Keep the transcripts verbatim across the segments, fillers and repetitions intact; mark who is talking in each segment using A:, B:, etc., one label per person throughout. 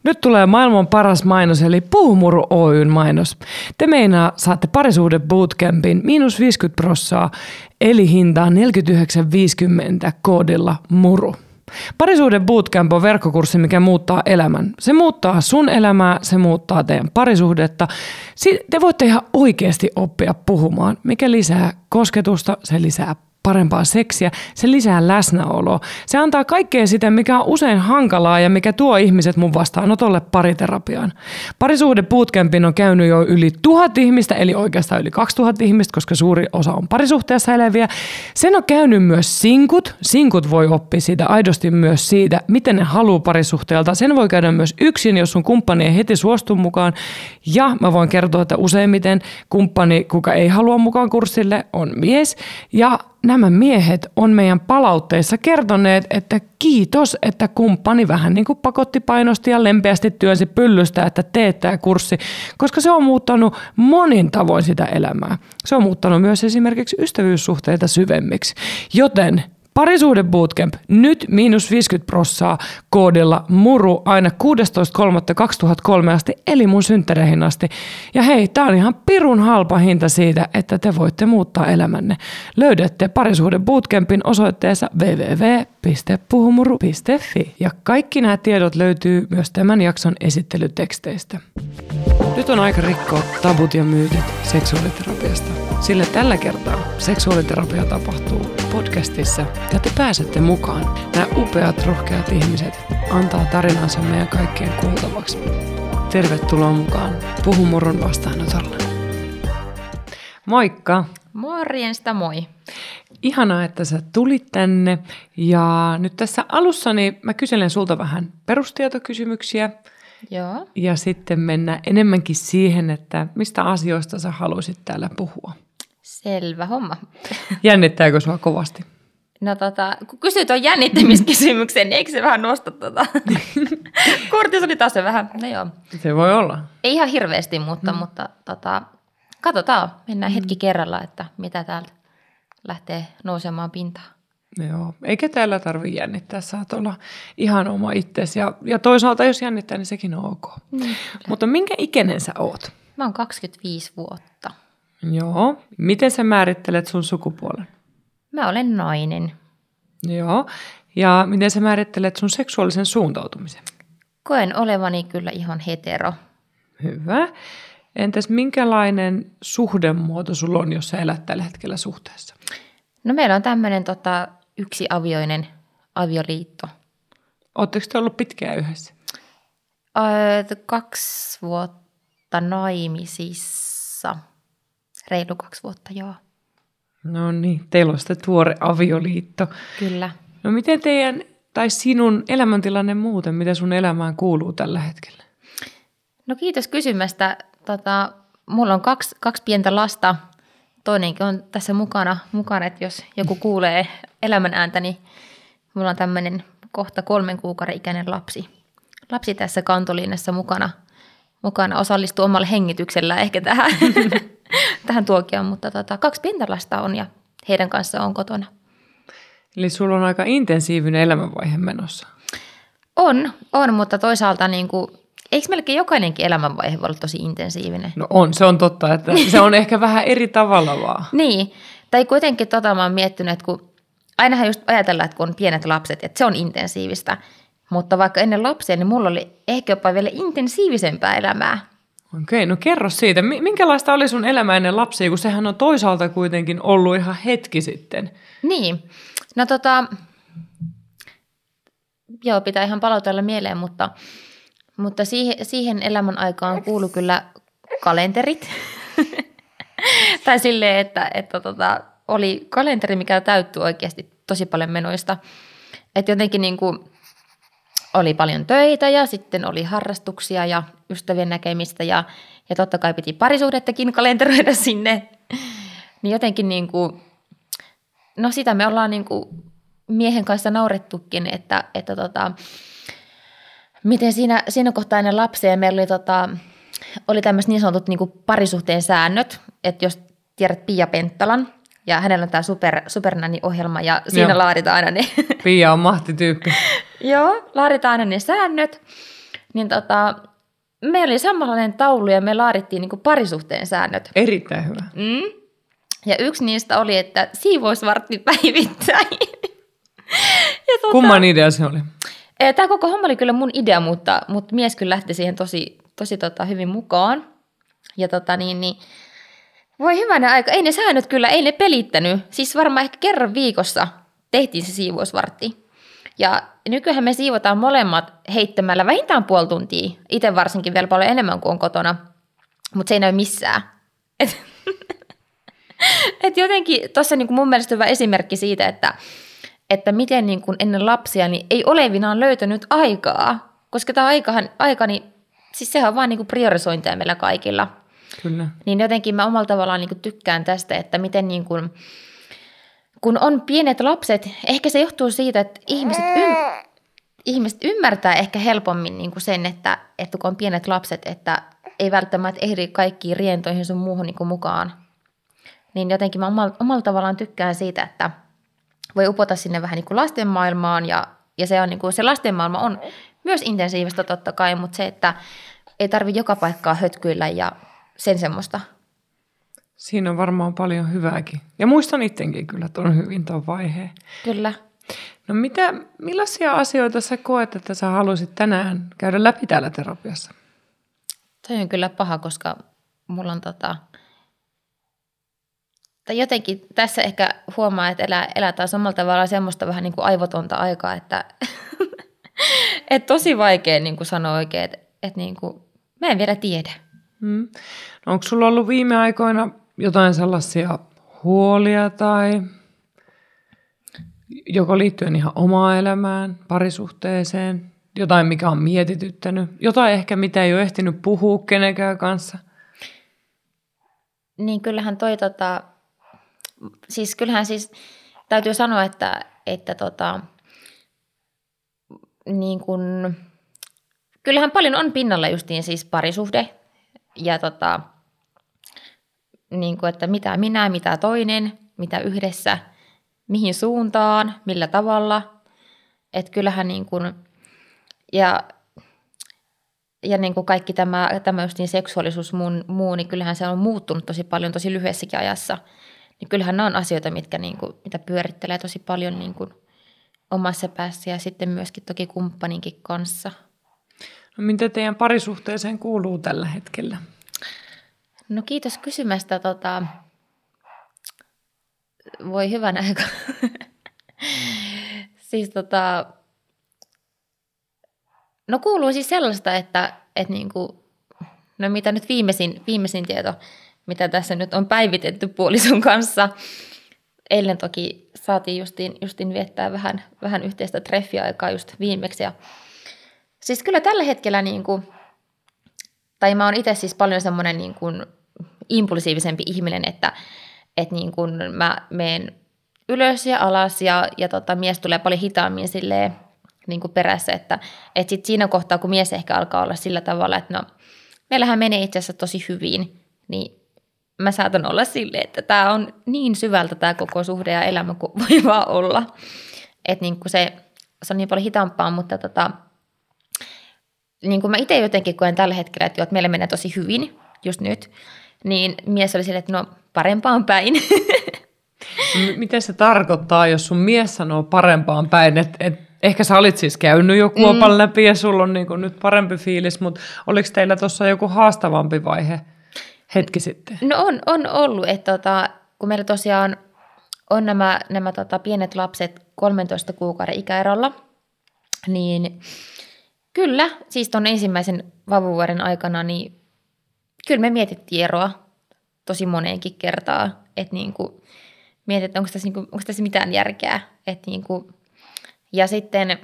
A: Nyt tulee maailman paras mainos, eli Puhumuru Oyn mainos. Te meinaa saatte parisuhde bootcampin miinus viisikymmentä prosenttia, eli hintaan neljäkymmentäyhdeksän viisikymmentä koodilla muru. Parisuhde bootcamp on verkkokurssi, mikä muuttaa elämän. Se muuttaa sun elämää, se muuttaa teidän parisuhdetta. Te voitte ihan oikeasti oppia puhumaan, mikä lisää kosketusta, se lisää parempaa seksiä, se lisää läsnäoloa. Se antaa kaikkea sitä, mikä on usein hankalaa ja mikä tuo ihmiset mun vastaanotolle pariterapiaan. Parisuhde bootcampin on käynyt jo yli tuhat ihmistä, eli oikeastaan yli kaksituhatta ihmistä, koska suuri osa on parisuhteessa eläviä. Sen on käynyt myös sinkut. Sinkut voi oppia siitä aidosti myös siitä, miten ne haluaa parisuhteelta. Sen voi käydä myös yksin, jos sun kumppani ei heti suostu mukaan. Ja mä voin kertoa, että useimmiten kumppani, kuka ei halua mukaan kurssille, on mies. Ja nämä miehet on meidän palautteissa kertoneet, että kiitos, että kumppani vähän niin kuin pakotti, painosti ja lempeästi työnsi pyllystä, että teet tämä kurssi, koska se on muuttanut monin tavoin sitä elämää. Se on muuttanut myös esimerkiksi ystävyyssuhteita syvemmiksi, joten Parisuhde bootcamp nyt miinus viisikymmentä prosenttia koodilla muru aina kuudestoista kolmatta kaksituhattakolme asti, eli mun synttäreihin asti. Ja hei, tää on ihan pirun halpa hinta siitä, että te voitte muuttaa elämänne. Löydätte Parisuhde bootcampin osoitteessa double-u double-u double-u piste puhumuru piste fi. Ja kaikki nämä tiedot löytyy myös tämän jakson esittelyteksteistä. Nyt on aika rikkoa tabut ja myytit seksuaaliterapiasta. Sillä tällä kertaa seksuaaliterapia tapahtuu podcastissa ja te pääsette mukaan. Nämä upeat, rohkeat ihmiset antaa tarinansa meidän kaikkien kuultavaksi. Tervetuloa mukaan Puhumurun vastaanotolle. Moikka!
B: Morjesta, moi!
A: Ihanaa, että sä tulit tänne. Ja nyt tässä alussa niin mä kyselen sulta vähän perustietokysymyksiä.
B: Joo.
A: Ja sitten mennään enemmänkin siihen, että mistä asioista sä haluaisit täällä puhua.
B: Selvä homma.
A: Jännittääkö sua kovasti?
B: No tota, kun kysyt tuon jännittämiskysymyksen, niin eikö se vähän nosta tota? Kortisoli taas se vähän, no joo.
A: Se voi olla.
B: Ei ihan hirveästi, mutta, mm. mutta tota, katsotaan, mennään mm. hetki kerralla, että mitä täältä lähtee nousemaan pintaan.
A: Joo, eikä täällä tarvitse jännittää, saat olla ihan oma itsesi. Ja, ja toisaalta jos jännittää, niin sekin on ok. Mm, mutta minkä ikäinen sä oot?
B: Mä oon kaksikymmentäviisi vuotta.
A: Joo. Miten sä määrittelet sun sukupuolen?
B: Mä olen nainen.
A: Joo. Ja miten sä määrittelet sun seksuaalisen suuntautumisen?
B: Koen olevani kyllä ihan hetero.
A: Hyvä. Entäs minkälainen suhdemuoto sulla on, jos sä elät tällä hetkellä suhteessa?
B: No meillä on tämmöinen tota, yksiavioinen avioliitto.
A: Oletteko te ollut pitkään yhdessä?
B: Öö, kaksi vuotta naimisissa. Reilu kaksi vuotta, joo.
A: No niin, teillä on sitten tuore avioliitto.
B: Kyllä.
A: No miten teidän tai sinun elämäntilanne muuten, mitä sun elämään kuuluu tällä hetkellä?
B: No kiitos kysymästä. Tota, mulla on kaksi, kaksi pientä lasta. Toinenkin on tässä mukana, mukana, että jos joku kuulee elämän ääntä, niin mulla on tämmöinen kohta kolmen kuukauden ikäinen lapsi. Lapsi tässä kantoliinassa mukana, mukana osallistuu omalla hengityksellä ehkä tähän, tähän tuokioon, mutta tota, kaksi pientä lasta on ja heidän kanssaan on kotona.
A: Eli sulla on aika intensiivinen elämänvaihe menossa.
B: On, on, mutta toisaalta niin kuin, eikö melkein jokainenkin elämänvaihe voi olla tosi intensiivinen?
A: No on, se on totta, että se on ehkä vähän eri tavalla vaan.
B: Niin, tai kuitenkin tota mä oon miettinyt, että kun ainahan just ajatellaan, että kun on pienet lapset, että se on intensiivistä, mutta vaikka ennen lapsia, niin mulla oli ehkä jopa vielä intensiivisempää elämää.
A: Okei, no kerro siitä. Minkälaista oli sun elämä ennen lapsia, kun sehän on toisaalta kuitenkin ollut ihan hetki sitten?
B: Niin, no tota, joo, pitää ihan palautella mieleen, mutta... Mutta siihen, siihen elämän aikaan kuului kyllä kalenterit. tai silleen, että, että tota, oli kalenteri, mikä täyttyi oikeasti tosi paljon menoista. Että jotenkin niin kuin oli paljon töitä ja sitten oli harrastuksia ja ystävien näkemistä. Ja, ja totta kai piti parisuhdettakin kalenteroida sinne. niin jotenkin niin kuin, no sitä me ollaan niin kuin miehen kanssa naurettukin, että, että tota... Miten siinä, siinä kohtaa ennen lapsia meillä oli, tota, oli tämmöiset niin sanotut niin kuin parisuhteen säännöt, että jos tiedät Pia Penttalan, ja hänellä on tämä super, Supernanny-ohjelma, ja siinä Joo. laaditaan aina ne.
A: Pia on mahtityyppi.
B: Joo, laaditaan aina ne säännöt, niin tota, meillä oli samanlainen taulu ja me laadittiin niin kuin parisuhteen säännöt.
A: Erittäin hyvä.
B: Mm. Ja yksi niistä oli, että siivousvartti päivittäin. Tota,
A: kumman idea se oli?
B: Tämä koko homma oli kyllä mun idea, mutta, mutta mies kyllä lähti siihen tosi, tosi tota, hyvin mukaan. Ja tota niin, niin voi hyvänä aika, ei ne säännöt kyllä, ei ne pelittänyt. Siis varmaan ehkä kerran viikossa tehtiin se siivousvartti. Ja nykyään me siivotaan molemmat heittämällä vähintään puoli tuntia. Itse varsinkin vielä paljon enemmän kuin on kotona, mutta se ei näy missään. Et, et jotenkin tuossa niin mun mielestä hyvä esimerkki siitä, että, että miten niin kuin ennen lapsia niin ei olevinaan löytänyt aikaa. Koska tämä aikahan, aika, niin, siis sehän on vaan niin kuin priorisointia meillä kaikilla.
A: Kyllä. Niin
B: jotenkin mä omalla tavallaan niin kuin tykkään tästä, että miten niin kuin, kun on pienet lapset, ehkä se johtuu siitä, että ihmiset, ym, ihmiset ymmärtää ehkä helpommin niin kuin sen, että, että kun on pienet lapset, että ei välttämättä ehdi kaikkiin rientoihin sun muuhun niin kuin mukaan. Niin jotenkin mä omalla, omalla tavallaan tykkään siitä, että voi upota sinne vähän niin kuin lasten maailmaan ja, ja se, on niin kuin, se lasten maailma on myös intensiivistä totta kai, mutta se, että ei tarvitse joka paikkaa hötkyillä ja sen semmoista.
A: Siinä on varmaan paljon hyvääkin. Ja muistan itsekin kyllä tuon hyvin tuon vaiheen.
B: Kyllä.
A: No mitä, millaisia asioita sä koet, että sä haluaisit tänään käydä läpi täällä terapiassa?
B: Toi on kyllä paha, koska mulla on tota... Tai jotenkin tässä ehkä huomaa, että elää, elää taas omalla tavallaan semmoista vähän niin kuin aivotonta aikaa, että et tosi vaikea niin kuin sanoa oikein, että, että niin kuin, mä en vielä tiedä.
A: Hmm. No onko sulla ollut viime aikoina jotain sellaisia huolia tai joko liittyen ihan omaan elämään, parisuhteeseen, jotain mikä on mietityttänyt, jotain ehkä mitä ei ole ehtinyt puhua kenenkään kanssa?
B: Niin kyllähän toi tota, siis kyllähän siis täytyy sanoa, että, että tota, niin kun, kyllähän paljon on pinnalla justiin siis parisuhde ja tota, niin kuin, että mitä minä, mitä toinen, mitä yhdessä, mihin suuntaan, millä tavalla. Että kyllähän niin kuin, ja, ja niin kuin kaikki tämä, tämä just niin seksuaalisuus muun, muu, niin kyllähän se on muuttunut tosi paljon tosi lyhyessäkin ajassa. Niin kyllähän nämä on asioita, mitkä niin kuin, mitä pyörittelee tosi paljon niin kuin omassa päässä ja sitten myöskin toki kumppaninkin kanssa.
A: No mitä teidän parisuhteeseen kuuluu tällä hetkellä?
B: No kiitos kysymästä. Tota, voi hyvän aika. siis tota, no kuuluu siis sellaista, että, että niinku, no mitä nyt viimeisin, viimeisin tieto, mitä tässä nyt on päivitetty puolison kanssa. Eilen toki saatiin justiin, justiin viettää vähän, vähän yhteistä treffiaikaa just viimeksi. Ja, siis kyllä tällä hetkellä, niinku, tai mä oon itse siis paljon semmoinen niinku, impulsiivisempi ihminen, että, että niin kun mä menen ylös ja alas ja, ja tota, mies tulee paljon hitaammin silleen, niin kuin perässä, että, että sit siinä kohtaa, kun mies ehkä alkaa olla sillä tavalla, että no, meillähän menee itse asiassa tosi hyvin, niin mä saatan olla silleen, että tämä on niin syvältä tämä koko suhde ja elämä kuin voi vaan olla, että niin kuin se, se on niin paljon hitaampaa, mutta tota, niin kuin mä itse jotenkin koen tällä hetkellä, että, jo, että meillä menee tosi hyvin just nyt, niin mies oli silleen, että no parempaan päin.
A: Miten se tarkoittaa, jos sun mies sanoo parempaan päin, että et, ehkä sä olit siis käynyt jo kuopan mm. läpi ja sulla on niinku nyt parempi fiilis, mutta oliko teillä tuossa joku haastavampi vaihe hetki sitten?
B: No on, on ollut, että tota, kun meillä tosiaan on nämä, nämä tota pienet lapset kolmentoista kuukauden ikäerolla, niin kyllä, siis tuon ensimmäisen vauvavuoden aikana, niin kyllä me mietittiin eroa tosi moneenkin kertaa, että niinku, mietit, että onko tässä, niinku, onko tässä mitään järkeä. Että niinku, ja sitten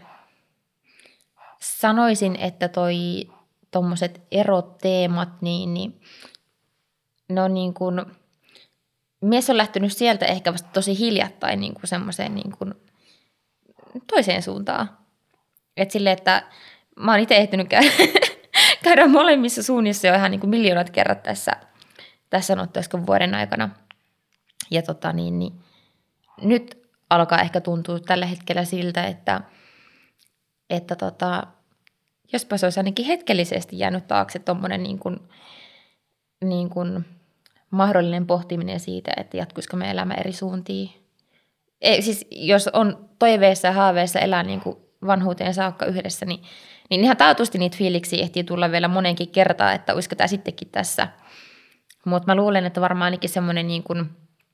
B: sanoisin, että toi tommoset eroteemat, niin, niin ne on niin kuin, mies on lähtenyt sieltä ehkä vasta tosi hiljattain niin kuin semmoiseen niin kuin toiseen suuntaan. Että silleen, että mä oon itse ehtinyt käydä, käydä molemmissa suunnissa jo ihan niin kuin miljoonat kerrat tässä, tässä sanottaisiko vuoden aikana. Ja tota niin, niin nyt alkaa ehkä tuntua tällä hetkellä siltä, että, että tota, jospa se olisi ainakin hetkellisesti jäänyt taakse tuommoinen niin kuin, niin kuin mahdollinen pohtiminen siitä, että jatkuisiko me elämä eri suuntiin. Ei, siis jos on toiveissa ja haaveissa elää niin kuin vanhuuteen saakka yhdessä, niin, niin ihan taatusti niitä fiiliksiä ehtii tulla vielä monenkin kertaa, että olisiko tämä sittenkin tässä. Mutta mä luulen, että varmaan ainakin semmoinen, niin kuin,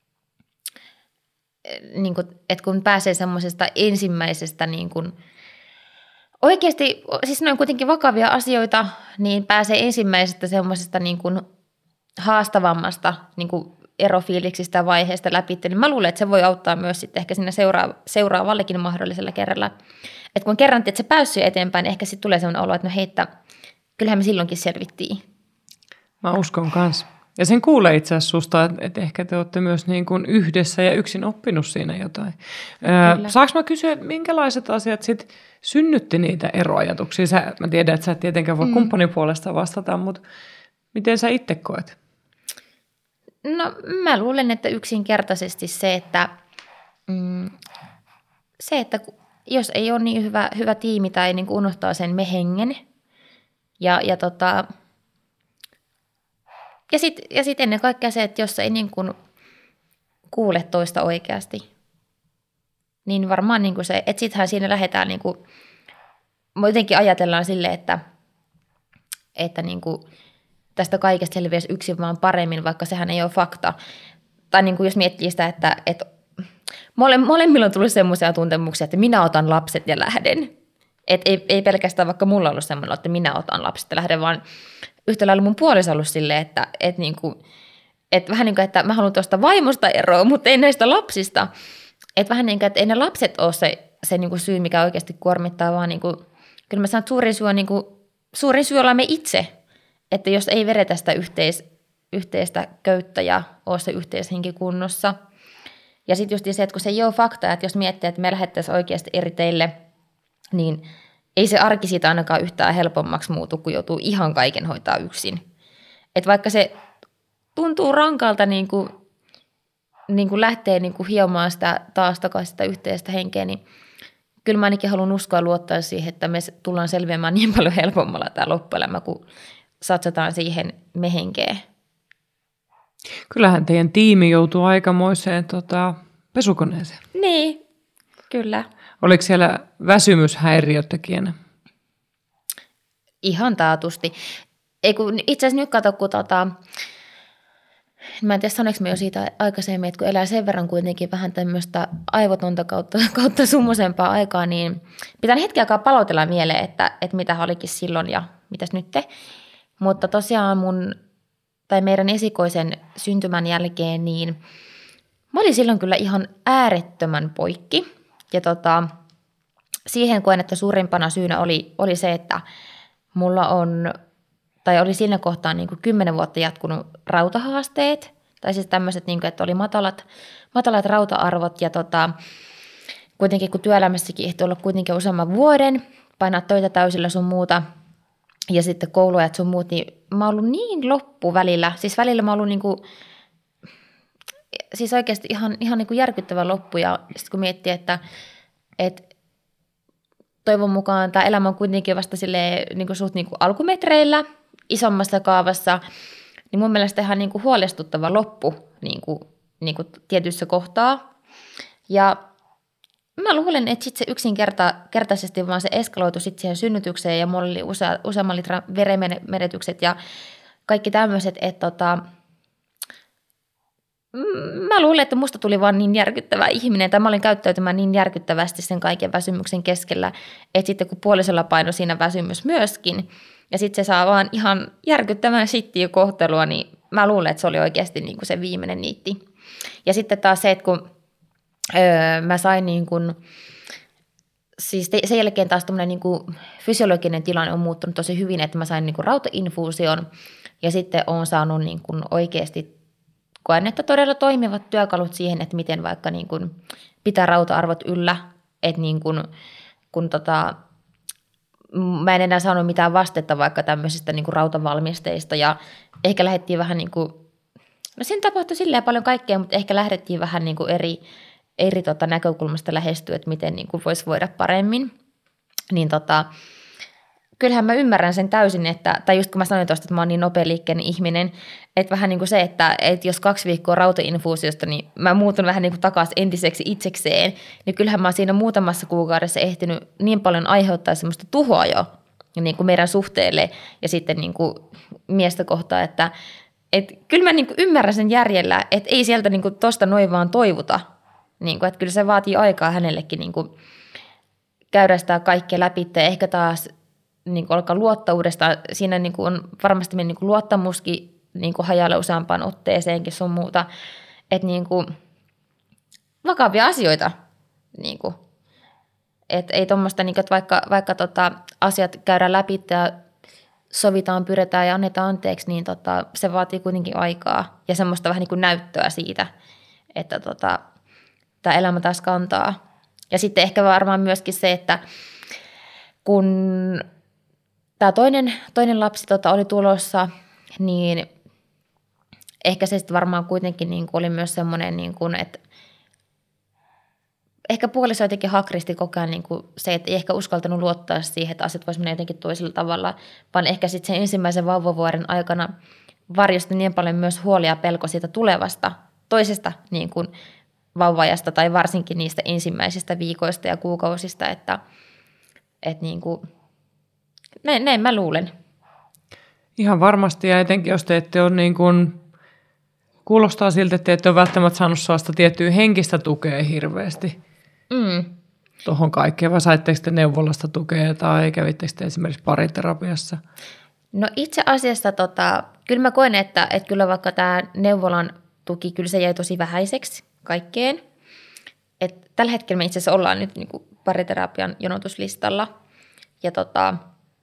B: niin kuin, että kun pääsee semmoisesta ensimmäisestä niin kuin, oikeasti, siis ne on kuitenkin vakavia asioita, niin pääsee ensimmäisestä semmoisesta niin kuin haastavammasta niin kuin erofiiliksistä ja vaiheesta läpi, niin mä luulen, että se voi auttaa myös sitten ehkä siinä seuraava, seuraavallekin mahdollisella kerralla. Että kun kerran että se päässyt eteenpäin, niin ehkä sitten tulee sellainen olo, että no heittä, kyllähän me silloinkin selvittiin.
A: Mä uskon kanssa. Ja sen kuulee itse asiassa susta, että ehkä te olette myös niin kuin yhdessä ja yksin oppinut siinä jotain. Öö, saanko mä kysyä, minkälaiset asiat sitten synnytti niitä eroajatuksia? Sä, mä tiedän, että sä et tietenkään voi mm. kumppanin puolesta vastata, mutta miten sä itse koet?
B: No mä luulen, että yksinkertaisesti se, että, mm, se, että jos ei ole niin hyvä, hyvä tiimi tai niin kuin unohtaa sen me-hengen ja, ja, tota, ja sitten ja sit ennen kaikkea se, että jos ei niin kuin kuule toista oikeasti, niin varmaan niin kuin se, että sittenhän siinä lähdetään, niin kuin, jotenkin ajatellaan silleen, että, että niin kuin tästä kaikesta selviäisi yksin vaan paremmin, vaikka sehän ei ole fakta. Tai niin kuin jos miettii sitä, että, että mole, molemmilla on tullut semmoisia tuntemuksia, että minä otan lapset ja lähden. Et ei, ei pelkästään vaikka mulla ollut semmoinen, että minä otan lapset ja lähden, vaan yhtä lailla mun puoliso ollut silleen, että, että, niin kuin, että vähän niin kuin, että mä haluan tuosta vaimosta eroa, mutta ei näistä lapsista. Että vähän niin kuin, että ei ne lapset ole se, se niin kuin syy, mikä oikeasti kuormittaa, vaan niin kuin, kyllä mä sanon, että suurin syy on niin kuin, suurin syy ollaan me itse. Että jos ei vedetä sitä yhteis, yhteistä köyttä ja ole se yhteishenki kunnossa. Ja sitten just se, että kun se ei ole fakta, että jos miettii, että me lähettäisiin oikeasti eri teille, niin ei se arki siitä ainakaan yhtään helpommaksi muutu, kun joutuu ihan kaiken hoitaa yksin. Että vaikka se tuntuu rankalta niin kuin, niin kuin lähtee niin kuin hiomaan sitä taas takaisin sitä yhteistä henkeä, niin kyllä mä ainakin haluan uskoa ja luottaa siihen, että me tullaan selviämään niin paljon helpommalla tämä loppuelämä, kun satsataan siihen mehenkeen.
A: Kyllähän teidän tiimi joutuu aikamoiseen tota, pesukoneeseen.
B: Niin, kyllä.
A: Oliko siellä väsymyshäiriötekijänä?
B: Ihan taatusti. Ei kun, itse asiassa nyt kato, kun tota, mä en tiedä sanoinko me jo siitä aikaisemmin, että kun elää sen verran kuitenkin vähän tämmöistä aivotonta kautta, kautta summosempaa aikaa, niin pitää hetken aikaa palautella mieleen, että, että mitä olikin silloin ja mitäs nyt te. Mutta tosiaan mun, tai meidän esikoisen syntymän jälkeen, niin mä olin silloin kyllä ihan äärettömän poikki. Ja tota, siihen koen, että suurimpana syynä oli, oli se, että mulla on, tai oli siinä kohtaa niin kuin kymmenen vuotta jatkunut rautahaasteet. Tai siis tämmöiset, niin kuin, että oli matalat, matalat rauta-arvot ja tota, kuitenkin kun työelämässäkin ehti olla kuitenkin useamman vuoden, painaa töitä täysillä sun muuta, ja sitten kouluajat sun muut, niin mä oon ollut niin loppu välillä. Siis välillä mä oon ollut niin kuin, siis oikeasti ihan, ihan niin kuin järkyttävä loppu. Ja sitten kun miettii, että, että toivon mukaan tämä elämä on kuitenkin vasta silleen, niin kuin suht niin kuin alkumetreillä, isommassa kaavassa, niin mun mielestä ihan niin kuin huolestuttava loppu niin kuin, niin kuin tietyissä kohtaa. Ja mä luulen, että sitten se yksinkertaisesti vaan se eskaloitu sitten siihen synnytykseen ja mulla oli usea, useamman litran verenmenetykset ja kaikki tämmöiset, että tota, mä luulen, että musta tuli vaan niin järkyttävä ihminen tai mä olin käyttäytymään niin järkyttävästi sen kaiken väsymyksen keskellä, että sitten kun puolisolla paino siinä väsymys myöskin ja sitten se saa vaan ihan järkyttävän shittiä kohtelua, niin mä luulen, että se oli oikeasti niin kuin se viimeinen niitti. Ja sitten taas se, että kun Öö, mä sain niin kuin, siis te, sen jälkeen taas tämmöinen niin kuin fysiologinen tilanne on muuttunut tosi hyvin, että mä sain niin kuin rautainfuusion ja sitten olen saanut niin kuin oikeasti, koen, että todella toimivat työkalut siihen, että miten vaikka niin kuin pitää rauta-arvot yllä, että niin kuin, kun tota, mä en enää saanut mitään vastetta vaikka tämmöisistä niin kuin rautavalmisteista ja ehkä lähdettiin vähän niin kuin, no siinä tapahtui silleen paljon kaikkea, mutta ehkä lähdettiin vähän niin kuin eri eri tota, näkökulmasta lähestyä, että miten niin kuin voisi voida paremmin. Niin tota, kyllähän mä ymmärrän sen täysin, että, tai just kun mä sanoin tuosta, että mä oon niin nopealiikkeinen ihminen, että vähän niin kuin se, että, että jos kaksi viikkoa rautainfuusiosta, niin mä muutun vähän niin kuin takaisin entiseksi itsekseen, niin kyllähän mä oon siinä muutamassa kuukaudessa ehtinyt niin paljon aiheuttaa semmoista tuhoa jo niin kuin meidän suhteelle ja sitten niin kuin miestä kohtaan, että et kyllä mä niin kuin ymmärrän sen järjellä, että ei sieltä niin kuin tosta noin vaan toivuta, niin kuin, että kyllä se vaatii aikaa hänellekin niin kuin käydä sitä kaikkea läpi ja ehkä taas niin kuin alkaa luottaa uudestaan. Siinä niin kuin on varmasti niin kuin luottamuskin niin kuin hajalle useampaan otteeseenkin sun muuta. Että niin kuin vakavia asioita. Niin kuin. Et ei tuommoista, niin kuin, että vaikka, vaikka tota, asiat käydään läpi ja sovitaan, pyretään ja annetaan anteeksi, niin tota, se vaatii kuitenkin aikaa. Ja semmoista vähän niin kuin näyttöä siitä, että tota, tämä elämä taas kantaa. Ja sitten ehkä varmaan myöskin se, että kun tämä toinen, toinen lapsi tota, oli tulossa, niin ehkä se sitten varmaan kuitenkin niin kuin oli myös semmoinen, niin kuin, että ehkä puoliso jotenkin hakristi koko ajan niin kuin se, että ei ehkä uskaltanut luottaa siihen, että asiat voisi mennä jotenkin toisella tavalla, vaan ehkä sitten sen ensimmäisen vauvavuoden aikana varjosti niin paljon myös huolia ja pelko siitä tulevasta, toisesta niin kuin vauvaajasta tai varsinkin niistä ensimmäisistä viikoista ja kuukausista, että, että niin kuin, näin, näin mä luulen.
A: Ihan varmasti, ja etenkin jos te ette ole niin kuin, kuulostaa siltä, että te ette ole välttämättä saanut sellaista tiettyä henkistä tukea hirveästi mm. tuohon kaikkeen, vai saitteko te neuvolasta tukea tai kävittekö te esimerkiksi pariterapiassa?
B: No itse asiassa tota, kyllä mä koen, että, että kyllä vaikka tämä neuvolan tuki, kyllä se jäi tosi vähäiseksi kaikkeen. Et tällä hetkellä me itse asiassa ollaan nyt niin kuin pariterapian jonotuslistalla. Ja tota,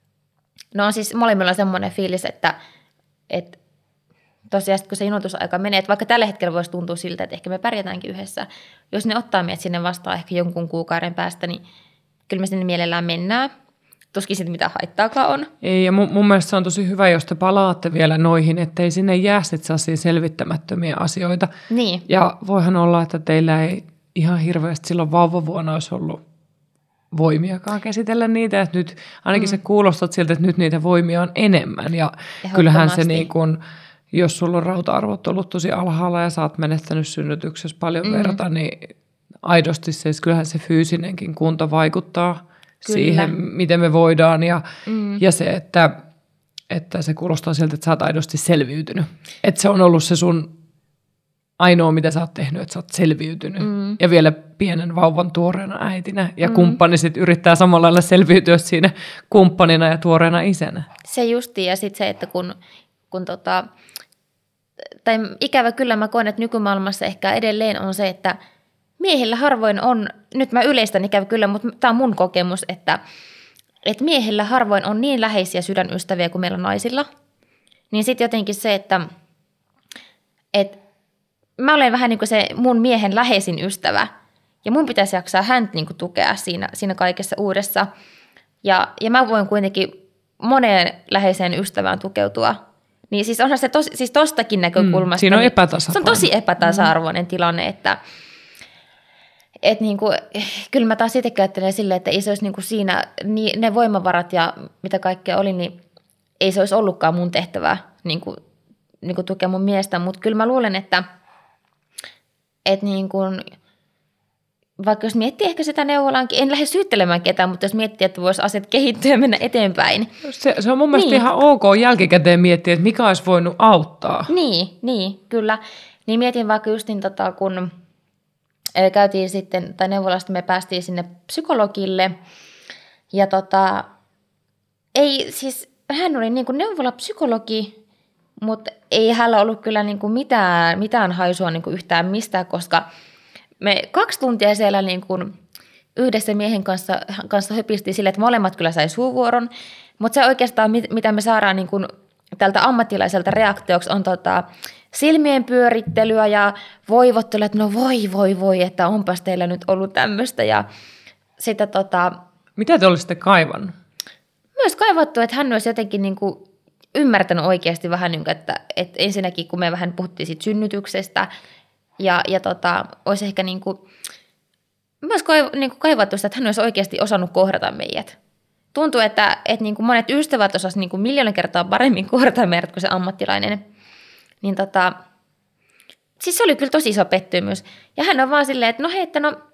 B: no on siis molemmilla semmoinen fiilis, että, että tosiaan kun se jonotusaika menee, että vaikka tällä hetkellä voisi tuntua siltä, että ehkä me pärjätäänkin yhdessä, jos ne ottaa meidät sinne vastaan ehkä jonkun kuukauden päästä, niin kyllä me sinne mielellään mennään. Tuskin sitten mitä haittaakaan on.
A: Ei, ja mun, mun mielestä se on tosi hyvä, jos te palaatte vielä noihin, ettei sinne jää sitten sellaisia selvittämättömiä asioita.
B: Niin.
A: Ja voihan olla, että teillä ei ihan hirveästi silloin vauvavuonna olisi ollut voimiakaan käsitellä niitä. Että nyt ainakin mm. se kuulostat siltä, että nyt niitä voimia on enemmän. Ja kyllähän se niin kuin, jos sulla on rauta-arvot ollut tosi alhaalla ja sä oot menettänyt synnytyksessä paljon mm. verta, niin aidosti se, kyllähän se fyysinenkin kunto vaikuttaa Kyllä. siihen, miten me voidaan, ja, mm. ja se, että, että se kuulostaa siltä, että sä oot aidosti selviytynyt. Että se on ollut se sun ainoa, mitä sä oot tehnyt, että sä oot selviytynyt. Mm. Ja vielä pienen vauvan tuoreena äitinä, ja mm. kumppani sit yrittää samalla lailla selviytyä siinä kumppanina ja tuoreena isänä.
B: Se justiin, ja sitten se, että kun, kun tota, tai ikävä kyllä mä koen, että nykymaailmassa ehkä edelleen on se, että miehillä harvoin on, nyt mä yleistän ikävä kyllä, mutta tämä on mun kokemus, että, että miehillä harvoin on niin läheisiä sydänystäviä kuin meillä naisilla. Niin sitten jotenkin se, että, että mä olen vähän niin kuin se mun miehen läheisin ystävä. Ja mun pitäisi jaksaa häntä niin kuin tukea siinä, siinä kaikessa uudessa. Ja, ja mä voin kuitenkin moneen läheiseen ystävään tukeutua. Niin siis onhan se tos, siis tostakin näkökulmasta. Mm,
A: siinä on
B: niin,
A: epätasa-arvo.
B: Se on tosi epätasa-arvoinen mm. tilanne, että et niinku, kyllä mä taas itse ajattelen silleen, että ei se olisi niinku siinä, niin ne voimavarat ja mitä kaikkea oli, niin ei se olisi ollutkaan mun tehtävää niinku, niinku tukea mun miestä. Mutta kyllä mä luulen, että et niinku, vaikka jos miettii ehkä sitä neuvolaankin, en lähde syyttelemään ketään, mutta jos miettii, että voisi asiat kehittyä ja mennä eteenpäin.
A: Se, se on mun mielestä niin. ihan ok jälkikäteen miettiä, että mikä olisi voinut auttaa.
B: Niin, niin kyllä. Niin mietin vaikka just niin, tota, kun käytiin sitten, tai neuvolasta me päästiin sinne psykologille, ja tota, ei siis, hän oli niin kuin neuvolapsykologi, mutta ei hänellä ollut kyllä niin kuin mitään, mitään haisua niin kuin yhtään mistään, koska me kaksi tuntia siellä niin kuin yhdessä miehen kanssa, kanssa höpistiin sille, että molemmat kyllä sai suuvuoron, mutta se oikeastaan, mitä me saadaan niin kuin tältä ammattilaiselta reaktioksi, on tota, silmien pyörittelyä ja voivottelua, että no voi, voi, voi, että onpas teillä nyt ollut tämmöistä. Ja sitä tota,
A: mitä te olisitte kaivannut?
B: Myös kaivattu, että hän olisi jotenkin niin kuin ymmärtänyt oikeasti vähän, niin kuin, että, että ensinnäkin kun me vähän puhuttiin siitä synnytyksestä ja, ja tota, olisi ehkä niin kuin, myös niin kuin kaivattu sitä, että hän olisi oikeasti osannut kohdata meidät. tuntui, että, että niin kuin monet ystävät osasivat niin kuin miljoona kertaa paremmin kuorata meidät kuin se ammattilainen. Niin tota, siis se oli kyllä tosi iso pettymys. Ja hän on vaan silleen, että no hei, että no,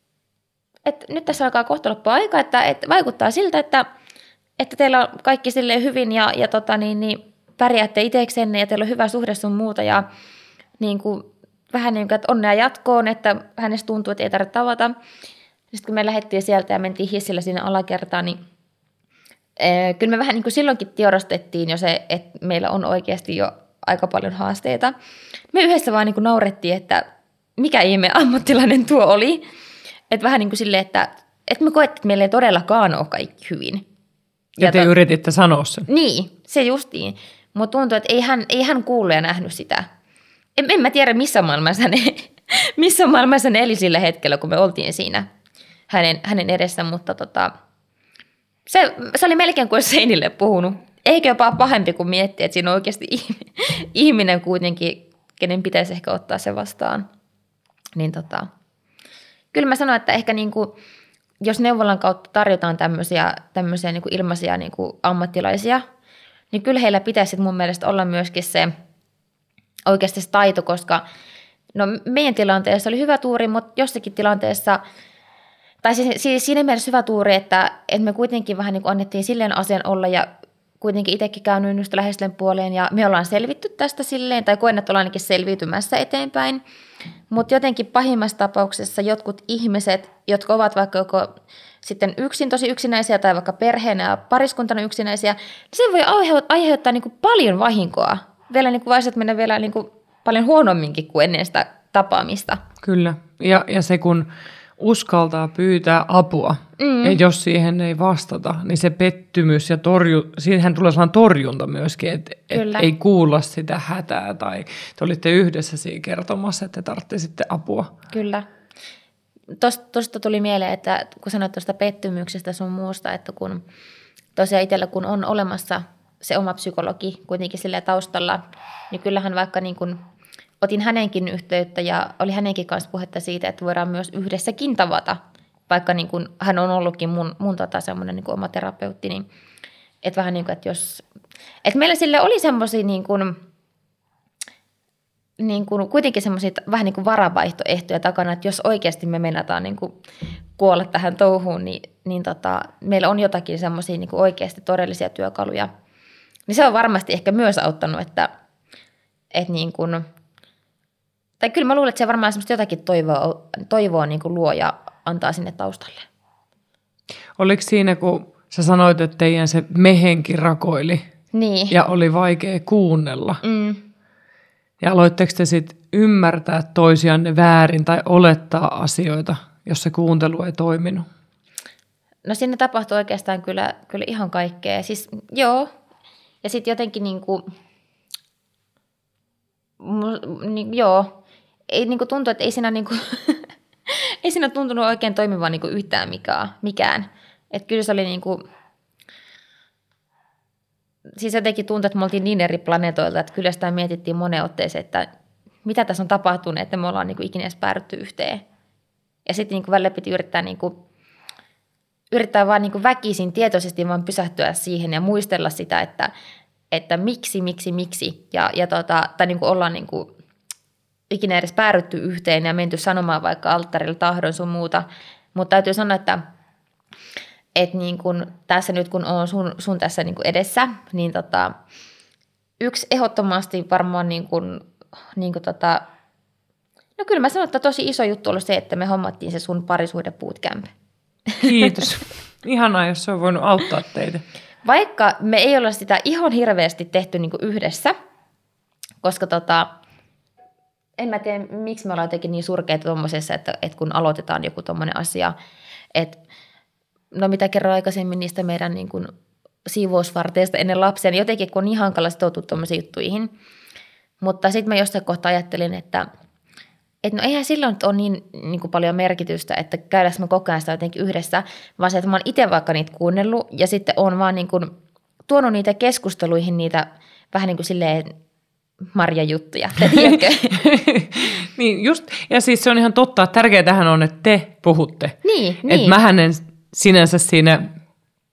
B: että nyt tässä alkaa kohta loppua aika, että, että vaikuttaa siltä, että, että teillä on kaikki silleen hyvin ja, ja tota niin, niin pärjäätte itseksenne ja teillä on hyvä suhde sun muuta ja niin kuin, vähän niin kuin, että onnea jatkoon, että hänestä tuntuu, että ei tarvitse tavata. Sitten kun me lähdettiin sieltä ja mentiin hissillä sinne alakertaan, niin ee, kyllä me vähän niin kuin silloinkin tiedostettiin jo se, että meillä on oikeasti jo aika paljon haasteita. Me yhdessä vaan niin kuin naurettiin, että mikä ihme ammattilainen tuo oli. Että vähän niin kuin silleen, että, että me koettiin, että meillä ei todellakaan ole kaikki hyvin.
A: Ja, ja te to... yrititte sanoa sen.
B: Niin, se justiin. Mutta tuntuu, että ei hän, ei hän kuullut ja nähnyt sitä. En, en mä tiedä, missä maailmassa ne, missä maailmassa ne eli sillä hetkellä, kun me oltiin siinä hänen, hänen edessä. Mutta tota, se, se oli melkein kuin seinille puhunut. Eikä jopa pahempi kuin miettiä, että siinä on oikeasti ihminen kuitenkin, kenen pitäisi ehkä ottaa se vastaan. Niin tota, kyllä mä sanon, että ehkä niinku, jos neuvolan kautta tarjotaan tämmöisiä, tämmöisiä niinku ilmaisia niinku ammattilaisia, niin kyllä heillä pitäisi mun mielestä olla myöskin se oikeasti se taito, koska no meidän tilanteessa oli hyvä tuuri, mutta jossakin tilanteessa, tai siis, siis siinä mielessä hyvä tuuri, että, että me kuitenkin vähän niin kuin annettiin silleen asian olla ja kuitenkin itsekin käynyt nyt läheisten puoleen ja me ollaan selvitty tästä silleen, tai koen, että ollaan ainakin selviytymässä eteenpäin. Mutta jotenkin pahimmassa tapauksessa jotkut ihmiset, jotka ovat vaikka joko sitten yksin tosi yksinäisiä tai vaikka perheenä ja pariskuntana yksinäisiä, niin se voi aiheuttaa, aiheuttaa niin kuin paljon vahinkoa. Vielä niin kuin voisivat mennä vielä niin kuin paljon huonomminkin kuin ennen sitä tapaamista.
A: Kyllä, ja, ja se kun uskaltaa pyytää apua, mm. ja jos siihen ei vastata, niin se pettymys ja torju, siihen tulee sellainen torjunta myöskin, että et ei kuulla sitä hätää, tai te olitte yhdessä siinä kertomassa, että te tarvitsisitte apua.
B: Kyllä. Tuosta tuli mieleen, että kun sanoit tuosta pettymyksestä sun muusta, että kun tosiaan itsellä kun on olemassa se oma psykologi kuitenkin sillä taustalla, niin kyllähän vaikka niin kuin otin hänenkin yhteyttä ja oli hänenkin kanssa puhetta siitä, että voidaan myös yhdessäkin tavata, vaikka niin kuin hän on ollutkin mun, mun tota semmoinen niin kuin oma terapeutti, niin että vähän niin kuin, että jos, että meillä sille oli semmoisia niin kuin, niin kuin kuitenkin semmoisia vähän niin kuin varavaihtoehtoja takana, että jos oikeasti me meinataan niin kuin kuolla tähän touhuun, niin, niin tota, meillä on jotakin semmoisia niin kuin oikeasti todellisia työkaluja. Niin se on varmasti ehkä myös auttanut, että, että niin kuin, tai kyllä mä luulen, että se varmaan semmoista jotakin toivoa, toivoa niin kuin luo ja antaa sinne taustalle.
A: Oliko siinä, kun sä sanoit, että teidän se mehenki rakoili
B: niin.
A: ja oli vaikea kuunnella?
B: Mm.
A: Ja aloitteko te sitten ymmärtää toisianne väärin tai olettaa asioita, jos se kuuntelu ei toiminut?
B: No siinä tapahtui oikeastaan kyllä, kyllä ihan kaikkea. Siis joo. Ja sitten jotenkin niin kuin, niin, joo, ei niin kuin tuntuu, että ei siinä, niin kuin, ei siinä tuntunut oikein toimivan niin kuin yhtään mikään. mikään. Että kyllä se oli niin kuin, siis jotenkin tuntui, että me oltiin niin eri planeetoilta, että kyllä sitä mietittiin moneen otteeseen, että mitä tässä on tapahtunut, että me ollaan niin kuin ikinä edes päädytty yhteen. Ja sitten niin kuin välillä piti yrittää, niin kuin, yrittää vaan niin kuin väkisin tietoisesti vaan pysähtyä siihen ja muistella sitä, että, että miksi, miksi, miksi. Ja, ja tota, tai niin kuin ollaan niin kuin ikinä edes päädytty yhteen ja menty sanomaan vaikka alttarilla tahdon sun muuta. Mutta täytyy sanoa, että että niin kun tässä nyt kun on sun, sun tässä niin kun edessä, niin tota, yksi ehdottomasti varmaan niin kun, niin kun tota, no kyllä mä sanon, että tosi iso juttu oli se, että me hommattiin se sun parisuhde bootcamp.
A: Kiitos. Ihanaa, jos se on voinut auttaa teitä.
B: Vaikka me ei olla sitä ihan hirveästi tehty niin kun yhdessä, koska tota, en mä tiedä, miksi me ollaan jotenkin niin surkeita tuommoisessa, että, että kun aloitetaan joku tommoinen asia, että no mitä kerroin aikaisemmin niistä meidän niin kuin siivousvarteista ennen lapsia, niin jotenkin kun on niin hankala sitoutua tuommoisiin juttuihin. Mutta sitten mä jossain kohtaa ajattelin, että, että no eihän silloin ole niin, niin kuin paljon merkitystä, että käydään me koko ajan sitä jotenkin yhdessä, vaan se, että mä oon itse vaikka niitä kuunnellut ja sitten oon vaan niin kuin tuonut niitä keskusteluihin niitä vähän niin kuin silleen marjajuttuja, tiedätkö?
A: Niin just, ja siis se on ihan totta, että tärkeää tähän on, että te puhutte.
B: Niin, niin.
A: Että mähän en sinänsä siinä,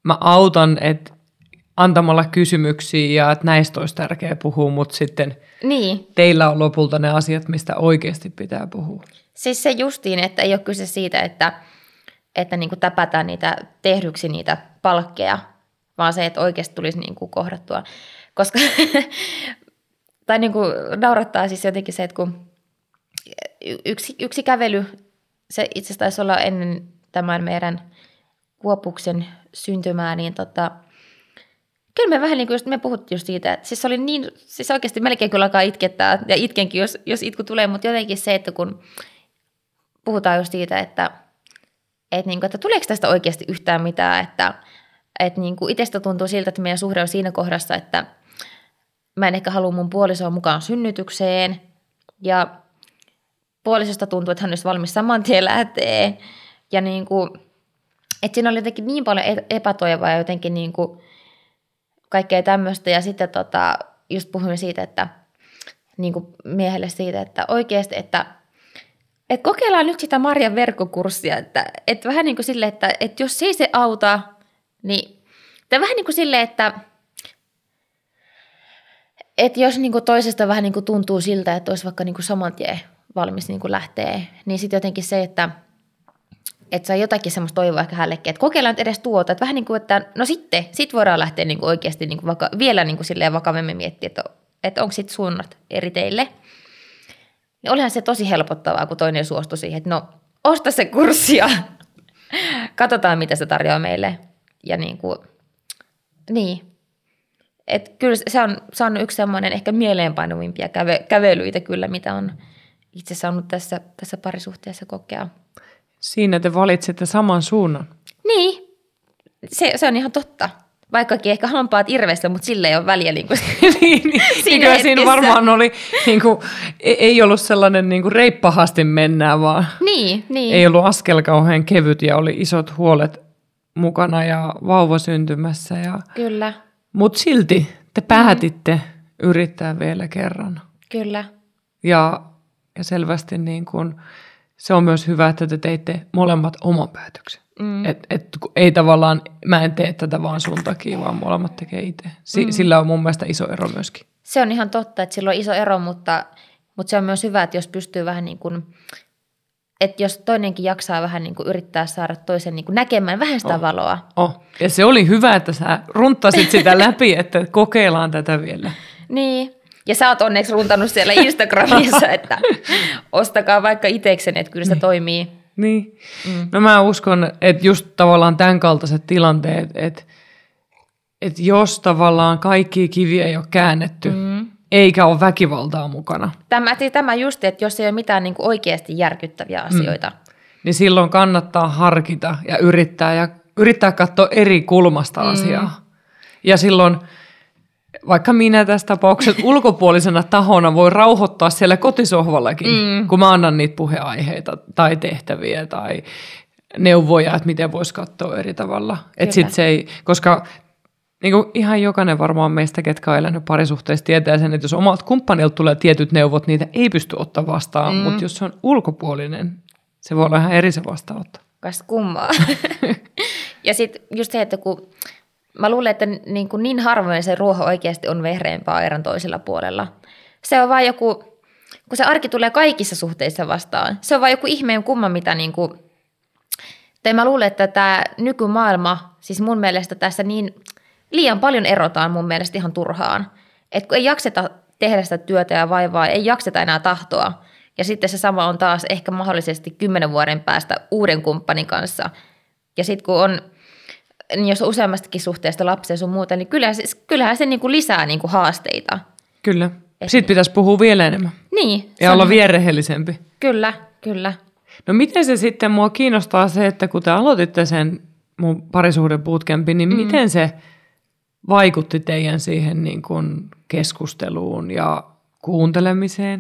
A: mä autan, että antamalla kysymyksiä ja että näistä olisi tärkeää puhua, mutta sitten
B: niin.
A: teillä on lopulta ne asiat, mistä oikeasti pitää puhua.
B: Siis se justiin, että ei ole kyse siitä, että, että niin kuin täpätään niitä tehdyksi niitä palkkeja, vaan se, että oikeasti tulisi niin kuin kohdattua. Koska, tai niin kuin naurattaa siis jotenkin se, että kun yksi, yksi kävely, se itse asiassa taisi olla ennen tämän meidän Kuopuksen syntymää, niin tota, kyllä me vähän niin kuin just, me puhuttiin just siitä, että siis oli niin, siis oikeasti melkein kyllä alkaa itkettää, ja itkenkin, jos, jos itku tulee, mutta jotenkin se, että kun puhutaan just siitä, että, että, niin kuin, että tuleeko tästä oikeasti yhtään mitään, että, että niin kuin itsestä tuntuu siltä, että meidän suhde on siinä kohdassa, että mä en ehkä halua mun puolisoa mukaan synnytykseen, ja puolisosta tuntuu, että hän olisi valmis saman tien lähtee, ja niin kuin, että siinä oli jotenkin niin paljon epätoivoa ja jotenkin niin kuin kaikkea tämmöistä, ja sitten tota, just puhumme siitä, että niin kuin miehelle siitä, että oikeasti, että, että kokeillaan nyt sitä Marjan verkkokurssia, että, että vähän niin kuin silleen, että, että jos ei se auta, niin tai vähän niin kuin silleen, että, että jos niin kuin toisesta vähän niin kuin tuntuu siltä, että olisi vaikka niin kuin saman tien valmis niin kuin lähteä, niin sitten jotenkin se, että että saa jotakin semmoista toivoa ehkä hänellekin, että kokeillaan nyt edes tuota, että vähän niin kuin, että no sitten, sit voidaan lähteä niin kuin oikeasti niin kuin vaka, vielä niin kuin silleen vakavemmin miettiä, että, että onko sitten suunnat eri teille. Niin olihan se tosi helpottavaa, kun toinen suostui siihen, että no osta se kurssi ja katsotaan, mitä se tarjoaa meille. Ja niin kuin, niin. Että kyllä se on, se on yksi semmoinen ehkä mieleenpainuvimpia käve, kävelyitä kyllä, mitä on itse saanut tässä, tässä parisuhteessa kokea.
A: Siinä te valitsette saman suunnan.
B: Niin, se, se on ihan totta. Vaikkakin ehkä hampaat irvessä, mutta sille ei ole väliä. Niin, kuin
A: niin, niin. Siinä, siinä varmaan oli, niin kuin, ei ollut sellainen niin kuin reippahasti mennään, vaan
B: niin, niin.
A: ei ollut askel kauhean kevyt ja oli isot huolet mukana ja vauva syntymässä. Ja...
B: Kyllä.
A: Mutta silti te päätitte mm. yrittää vielä kerran.
B: Kyllä.
A: Ja, ja selvästi niin kuin... Se on myös hyvä, että te teitte molemmat oman päätöksen. Mm. Et, et, ei tavallaan, mä en tee tätä vaan sun takia, vaan molemmat tekee itse. Si, mm. Sillä on mun mielestä iso ero myöskin.
B: Se on ihan totta, että sillä on iso ero, mutta, mutta se on myös hyvä, että jos pystyy vähän niin kuin, että jos toinenkin jaksaa vähän niin kuin yrittää saada toisen niin kuin näkemään vähän sitä
A: oh.
B: valoa.
A: Oh. Ja se oli hyvä, että sä runtasit sitä läpi, että kokeillaan tätä vielä.
B: Niin. Ja sä oot onneksi runtannut siellä Instagramissa, että ostakaa vaikka itsekseen, että kyllä se
A: niin.
B: toimii.
A: Niin. Mm. No mä uskon, että just tavallaan tämän kaltaiset tilanteet, että, että jos tavallaan kaikki kiviä ei ole käännetty, mm. eikä ole väkivaltaa mukana.
B: Tämä, tämä just, että jos ei ole mitään niin kuin oikeasti järkyttäviä asioita. Mm.
A: Niin silloin kannattaa harkita ja yrittää, ja yrittää katsoa eri kulmasta mm. asiaa. Ja silloin... Vaikka minä tässä tapauksessa ulkopuolisena tahona voi rauhoittaa siellä kotisohvallakin, mm. kun mä annan niitä puheaiheita tai tehtäviä tai neuvoja, että miten voisi katsoa eri tavalla. Et sit se ei, koska niin kuin ihan jokainen varmaan meistä, ketkä on elänyt parisuhteessa, tietää sen, että jos omalta kumppanilta tulee tietyt neuvot, niitä ei pysty ottaa vastaan, mm. mutta jos se on ulkopuolinen, se voi olla ihan eri se vastaanotto.
B: Kas kummaa. Ja sitten just se, että kun... Mä luulen, että niin, kuin niin harvoin se ruoho oikeasti on vehreämpää airan toisella puolella. Se on vaan joku, kun se arki tulee kaikissa suhteissa vastaan, se on vaan joku ihmeen kumma, mitä niin kuin, tai mä luulen, että tämä nykymaailma, siis mun mielestä tässä niin liian paljon erotaan mun mielestä ihan turhaan. Että kun ei jakseta tehdä sitä työtä ja vaivaa, ei jakseta enää tahtoa. Ja sitten se sama on taas ehkä mahdollisesti kymmenen vuoden päästä uuden kumppanin kanssa. Ja sitten kun on... Niin jos on useammastakin suhteesta lapsia sun muuta, niin kyllähän se, kyllähän se niin kuin lisää niin kuin haasteita.
A: Kyllä. Et... Sitten pitäisi puhua vielä enemmän.
B: Niin.
A: Ja olla vielä rehellisempi.
B: Kyllä, kyllä.
A: No miten se sitten, mua kiinnostaa se, että kun te aloititte sen mun parisuhde bootcampin, niin mm. miten se vaikutti teidän siihen niin kuin keskusteluun ja kuuntelemiseen?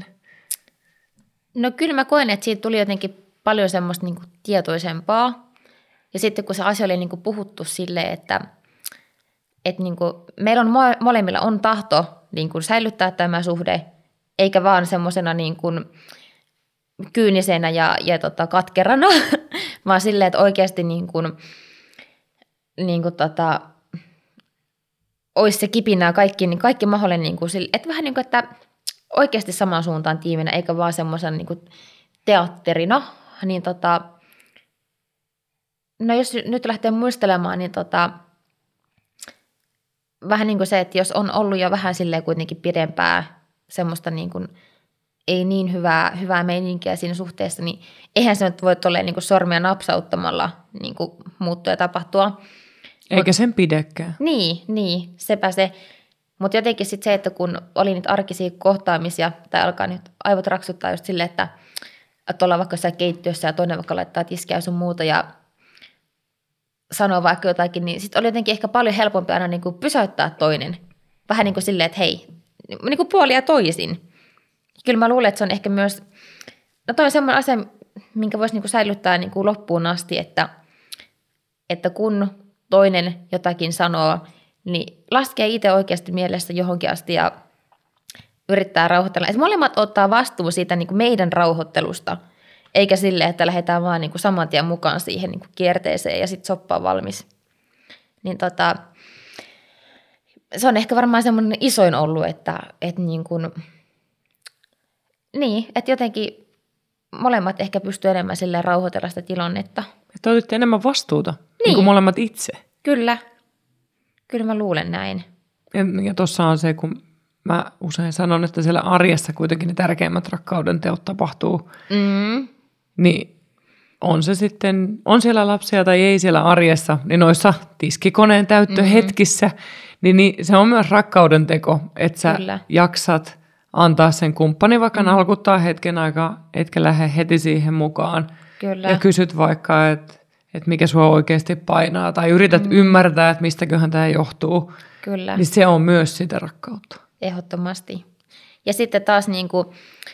B: No kyllä mä koen, että siitä tuli jotenkin paljon semmoista niin kuin tietoisempaa. Ja sitten kun se asia oli niin kuin puhuttu silleen, että, että niin kuin meillä on molemmilla on tahto niin kuin säilyttää tämä suhde, eikä vaan semmoisena niin kuin kyynisenä ja, ja tota katkerana, vaan silleen, että oikeasti niin kuin, niin kuin tota, olisi se kipinää kaikki, niin kaikki mahdollinen, niin kuin, että vähän niin kuin, että oikeasti samaan suuntaan tiiminä, eikä vaan semmoisen niin kuin teatterina, niin tota, no jos nyt lähtee muistelemaan, niin tota, vähän niin kuin se, että jos on ollut jo vähän silleen kuitenkin pidempää semmoista niin kuin, ei niin hyvää, hyvää meininkiä siinä suhteessa, niin eihän se nyt voi tolleen niin kuin sormia napsauttamalla niin kuin muuttua ja tapahtua.
A: Eikä sen pidekään.
B: Niin, niin, sepä se. Mutta jotenkin sitten se, että kun oli niitä arkisia kohtaamisia, tai alkaa nyt aivot raksuttaa just silleen, että, että ollaan vaikka siellä keittiössä ja toinen vaikka laittaa tiskiä sun muuta ja sanoo vaikka jotakin, niin sitten oli jotenkin ehkä paljon helpompi aina niin kuin pysäyttää toinen. Vähän niin kuin silleen, että hei, niin kuin puolia toisin. Kyllä mä luulen, että se on ehkä myös, no toi on semmoinen asia, minkä voisi niin kuin säilyttää niin kuin loppuun asti, että, että kun toinen jotakin sanoo, niin laskee itse oikeasti mielessä johonkin asti ja yrittää rauhoitella. Että molemmat ottaa vastuun siitä niin kuin meidän rauhoittelusta, eikä sille, että lähdetään vaan niin kuin saman tien mukaan siihen niin kuin kierteeseen ja sitten soppa on valmis. Niin tota, se on ehkä varmaan semmoinen isoin ollut, että, että, niin kuin, niin, että jotenkin molemmat ehkä pystyy enemmän silleen rauhoitella sitä tilannetta.
A: Että otitte enemmän vastuuta, niin.
B: Niin
A: kuin molemmat itse.
B: Kyllä. Kyllä mä luulen näin.
A: Ja, ja tuossa on se, kun mä usein sanon, että siellä arjessa kuitenkin ne tärkeimmät rakkauden teot tapahtuu,
B: Mm.
A: niin on se sitten, on siellä lapsia tai ei siellä arjessa, niin noissa tiskikoneen täyttöhetkissä, mm-hmm. niin, niin se on myös rakkauden teko, että sä
B: Kyllä.
A: jaksat antaa sen kumppani vaikka
B: Mm-hmm.
A: nalkuttaa hetken aikaa, etkä lähde heti siihen mukaan.
B: Kyllä.
A: Ja kysyt vaikka, että että mikä sua oikeasti painaa, tai yrität mm. ymmärtää, että mistäköhän tämä johtuu.
B: Kyllä.
A: Niin se on myös sitä rakkautta.
B: Ehdottomasti. Ja sitten taas niin kuin,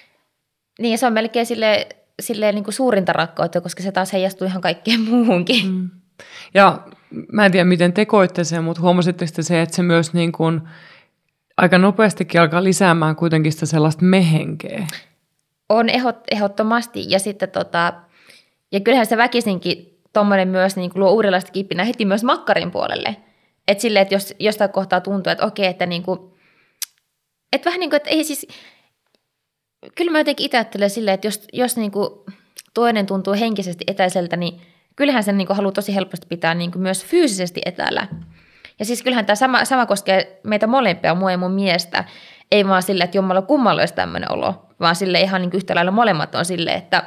B: niin se on melkein sille, sille niin kuin suurinta rakkautta, koska se taas heijastuu ihan kaikkeen muuhunkin.
A: Mm. Ja mä en tiedä, miten te koitte sen, mutta huomasitteko te se, että se myös niin kuin aika nopeastikin alkaa lisäämään kuitenkin sitä sellaista mehenkeä?
B: On ehdot, ehdottomasti. Ja sitten tota, ja kyllähän se väkisinkin tuommoinen myös niin kuin luo uudenlaista kipinää heti myös makkarin puolelle. Että silleen, että jos jostain kohtaa tuntuu, että okei, että niin kuin, että vähän niin kuin, että ei siis, kyllä mä jotenkin itse ajattelen silleen, että jos, jos niin kuin toinen tuntuu henkisesti etäiseltä, niin kyllähän sen niin kuin haluaa tosi helposti pitää niin kuin myös fyysisesti etäällä. Ja siis kyllähän tämä sama, sama koskee meitä molempia, mua ja mun miestä. Ei vaan silleen, että jommalla kummalla olisi tämmöinen olo, vaan sille ihan niin kuin yhtä lailla molemmat on silleen, että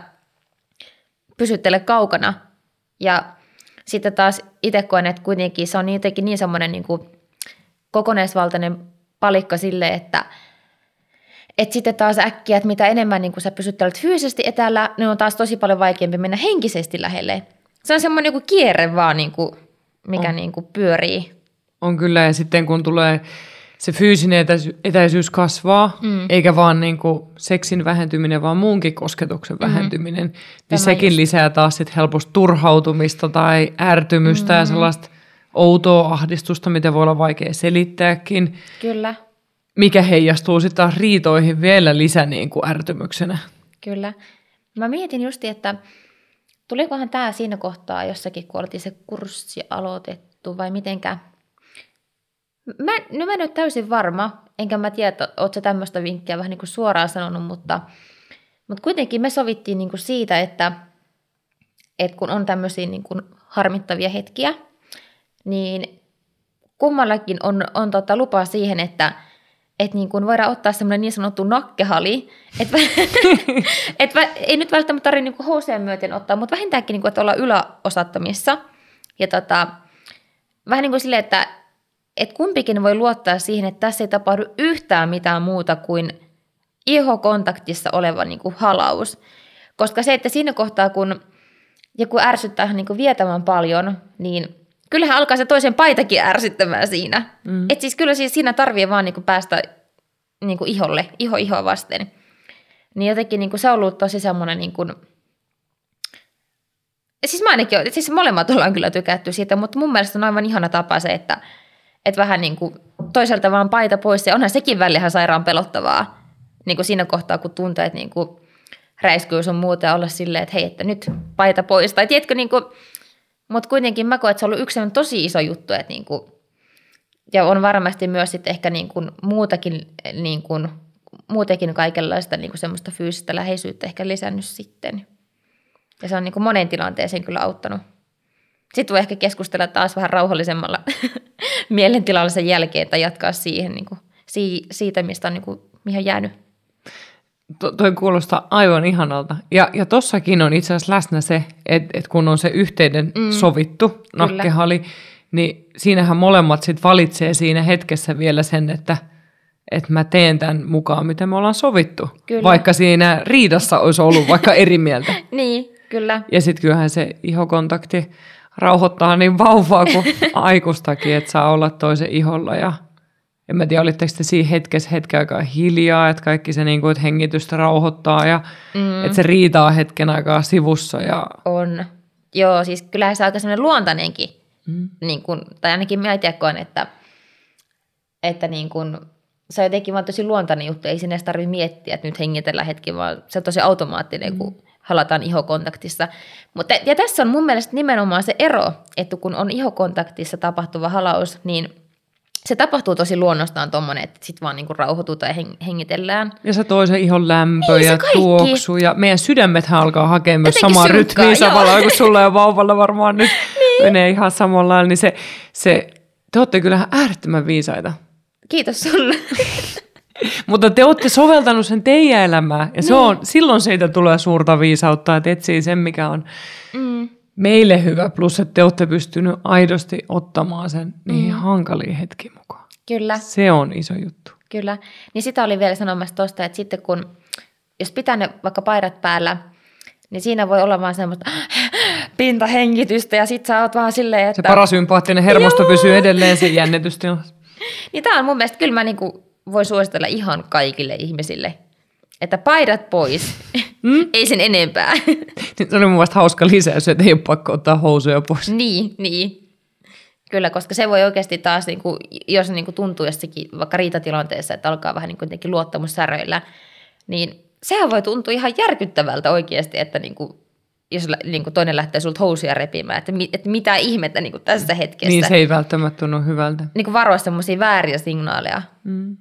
B: pysyttele kaukana. Ja sitten taas itse koen, että kuitenkin se on jotenkin niin semmoinen niin kuin kokonaisvaltainen palikka silleen, että, että sitten taas äkkiä, että mitä enemmän niin kuin sä pysyttelet fyysisesti etäällä, niin on taas tosi paljon vaikeampi mennä henkisesti lähelle. Se on semmoinen niin kuin kierre vaan, niin kuin, mikä niin kuin pyörii. On
A: kyllä, ja sitten kun tulee se fyysinen etäisy- etäisyys kasvaa, mm. eikä vaan niin kuin seksin vähentyminen, vaan muunkin kosketuksen mm. vähentyminen, niin Tämä sekin just lisää taas sit helposti turhautumista tai ärtymystä mm. ja sellaista outoa ahdistusta, mitä voi olla vaikea selittääkin.
B: Kyllä.
A: Mikä heijastuu sitten taas riitoihin vielä lisä niin kuin ärtymyksenä.
B: Kyllä. Mä mietin justi, että tulikohan tämä siinä kohtaa jossakin, kun oltiin se kurssi aloitettu vai mitenkään. Mä, no mä en ole täysin varma, enkä mä tiedä, että ootko sä tämmöistä vinkkiä vähän niin kuin suoraan sanonut, mutta, mutta kuitenkin me sovittiin niin kuin siitä, että, että kun on tämmöisiä niin kuin harmittavia hetkiä, niin kummallakin on, on tota lupa siihen, että, että niin kuin voidaan ottaa semmoinen niin sanottu nakkehali, että, että ei nyt välttämättä tarvitse niin kuin housujen myöten ottaa, mutta vähintäänkin, niin kuin, että ollaan yläosattomissa. Ja tota, vähän niin kuin silleen, että että kumpikin voi luottaa siihen, että tässä ei tapahdu yhtään mitään muuta kuin ihokontaktissa oleva niin kuin halaus. Koska se, että siinä kohtaa, kun joku ärsyttää niin kuin vietämään paljon, niin kyllähän alkaa se toisen paitakin ärsyttämään siinä. Mm. Että siis kyllä siis siinä tarvii vaan niin kuin päästä niin kuin iholle, iho ihoa vasten. Niin jotenkin niin kuin se on ollut tosi semmoinen, niin kuin siis mä ainakin, siis molemmat ollaan kyllä tykätty siitä, mutta mun mielestä on aivan ihana tapa se, että että vähän niin kuin toiselta vaan paita pois, ja onhan sekin välillä ihan sairaan pelottavaa niin kuin siinä kohtaa, kun tunteet niin kuin räiskyy sun muuta ja olla silleen, että hei, että nyt paita pois. Tai tiedätkö, niin kuin, Mutta kuitenkin mä koen, että se on ollut yksi tosi iso juttu, että niinku, ja on varmasti myös sitten ehkä niinku muutakin, niinku, muutenkin kaikenlaista niinku semmoista fyysistä läheisyyttä ehkä lisännyt sitten. Ja se on niinku monen tilanteeseen kyllä auttanut. Sitten voi ehkä keskustella taas vähän rauhallisemmalla mielentilalla sen jälkeen, tai jatkaa siihen niinku, siitä, mistä on, niinku, mihin on jäänyt.
A: To, toi kuulostaa aivan ihanalta. Ja, ja tossakin on itse asiassa läsnä se, että et kun on se yhteinen mm, sovittu nakkehali, niin siinähän molemmat sit valitsee siinä hetkessä vielä sen, että et mä teen tämän mukaan, mitä me ollaan sovittu. Kyllä. Vaikka siinä riidassa olisi ollut vaikka eri mieltä.
B: Niin, kyllä.
A: Ja sitten kyllähän se ihokontakti rauhoittaa niin vauvaa kuin aikuistakin, että saa olla toisen iholla ja en mä tiedä, olitteko te siinä hetkessä hetken aikaa hiljaa, että kaikki se niin kuin, että hengitystä rauhoittaa ja mm. että se riitaa hetken aikaa sivussa. Ja...
B: On. Joo, siis kyllähän se on aika sellainen luontainenkin, mm. niin kuin, tai ainakin mä itse koen, että, että niin kuin, se on jotenkin vaan tosi luontainen juttu. Ei sinne edes tarvitse miettiä, että nyt hengitellään hetki, vaan se on tosi automaattinen, mm. kun halataan ihokontaktissa. Mutta, ja tässä on mun mielestä nimenomaan se ero, että kun on ihokontaktissa tapahtuva halaus, niin se tapahtuu tosi luonnostaan tommonen, että sit vaan niinku rauhoitutaan ja hengitellään. Ja
A: se toisen ihon lämpö niin, ja tuoksu. Ja meidän sydämethän alkaa hakea myös samaa rytmiä samalla, kun sulla ja vauvalla varmaan nyt niin. menee ihan samalla lailla. Niin se, se, te olette kyllähän äärettömän viisaita.
B: Kiitos sulle.
A: Mutta te olette soveltanut sen teidän elämään. Ja se niin. on, silloin siitä tulee suurta viisautta, että etsii sen, mikä on... Mm. meille hyvä, plus että te olette pystynyt aidosti ottamaan sen niihin mm. hankaliin hetkiin mukaan.
B: Kyllä.
A: Se on iso juttu.
B: Kyllä. Niin sitä oli vielä sanomassa tuosta, että sitten kun, jos pitää ne vaikka paidat päällä, niin siinä voi olla vaan semmoista pintahengitystä ja sit sä oot vaan silleen, että...
A: Se parasympaattinen hermosto Joo. pysyy edelleen siinä jännitystilassa.
B: Niin tää on mun mielestä, kyllä mä niinku voin suositella ihan kaikille ihmisille, että paidat pois, mm? ei sen enempää.
A: Se oli mun mielestä hauska lisäys, että ei ole pakko ottaa housuja pois.
B: Niin, niin. Kyllä, koska se voi oikeasti taas, niin kuin, jos niin kuin tuntuu jossakin vaikka riitatilanteessa, että alkaa vähän niin kuin jotenkin luottamus säröillä, niin sehän voi tuntua ihan järkyttävältä oikeasti, että niin kuin, jos niin kuin toinen lähtee sulta housuja repimään, että, että mitä ihmettä niin kuin tässä hetkessä.
A: Niin, se ei välttämättä tunnu hyvältä.
B: Niin kuin varoa semmoisia vääriä signaaleja. Mm.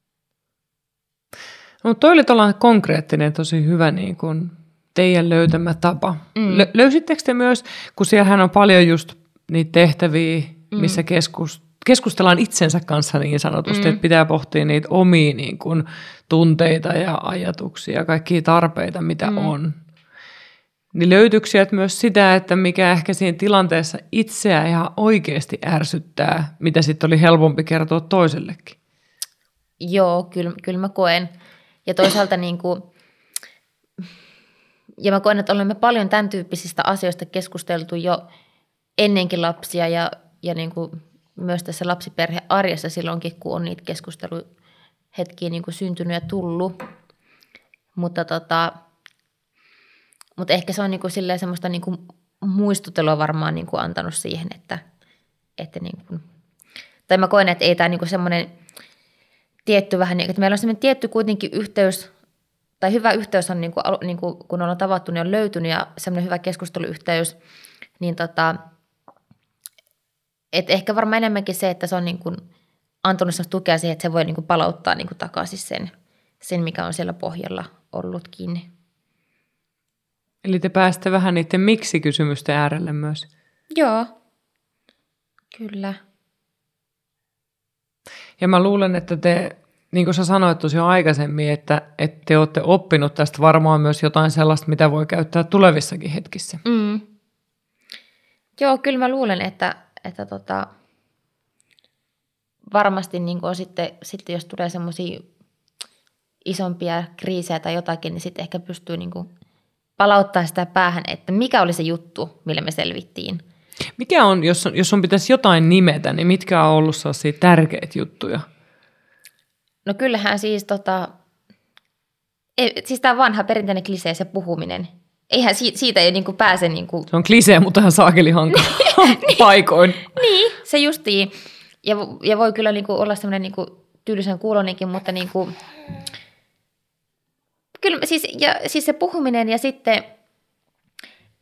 A: No toi oli tuollainen konkreettinen, tosi hyvä niin kuin teidän löytämä tapa. Mm. Lö- löysittekö te myös, kun siellähän on paljon just niitä tehtäviä, missä mm. keskus, keskustellaan itsensä kanssa niin sanotusti, mm. että pitää pohtia niitä omia niin kuin, tunteita ja ajatuksia ja kaikkia tarpeita, mitä mm. on. Niin löytyykö sieltä myös sitä, että mikä ehkä siinä tilanteessa itseä ihan oikeasti ärsyttää, mitä sitten oli helpompi kertoa toisellekin?
B: Joo, kyllä, kyllä mä koen. Ja toisaalta niin kuin, ja mä koen, että olemme paljon tämän tyyppisistä asioista keskusteltu jo ennenkin lapsia ja, ja niin kuin myös tässä lapsiperhearjessa silloinkin, kun on niitä keskusteluhetkiä niin kuin syntynyt ja tullut. Mutta, tota, mutta ehkä se on niin kuin silleen semmoista niin kuin muistuttelua varmaan niin kuin antanut siihen, että, että niin kuin, tai mä koen, että ei tämä niin kuin semmoinen tietty vähän, että meillä on semmoinen tietty kuitenkin yhteys, tai hyvä yhteys on, niin kuin, niin kuin, kun ollaan tavattu, niin on löytynyt, ja semmoinen hyvä keskusteluyhteys, niin tota, että ehkä varmaan enemmänkin se, että se on niin kuin antanut semmoista tukea siihen, että se voi niin kuin palauttaa niin kuin takaisin sen, sen, mikä on siellä pohjalla ollutkin.
A: Eli te pääsette vähän niiden miksi-kysymysten äärelle myös.
B: Joo, kyllä.
A: Ja mä luulen, että te, niin kuin sä sanoit tosiaan aikaisemmin, että, että te olette oppinut tästä varmaan myös jotain sellaista, mitä voi käyttää tulevissakin hetkissä.
B: Mm. Joo, kyllä mä luulen, että, että tota, varmasti niin kuin sitten, sitten, jos tulee semmoisia isompia kriisejä tai jotakin, niin sitten ehkä pystyy niin kuin palauttaa sitä päähän, että mikä oli se juttu, millä me selvittiin.
A: Mikä on, jos, on, jos on pitäisi jotain nimetä, niin mitkä on ollut sellaisia tärkeitä juttuja?
B: No kyllähän siis, tota, ei, siis tämä vanha perinteinen klisee, se puhuminen. Eihän siitä, siitä ei niinku pääse... Niinku...
A: Se on klisee, mutta ihan saakeli hankala niin, paikoin.
B: Niin, se justiin. Ja, ja voi kyllä niinku olla semmoinen niinku tyylisen kuuloninkin, mutta niinku... Kyllä siis, ja, siis se puhuminen ja sitten...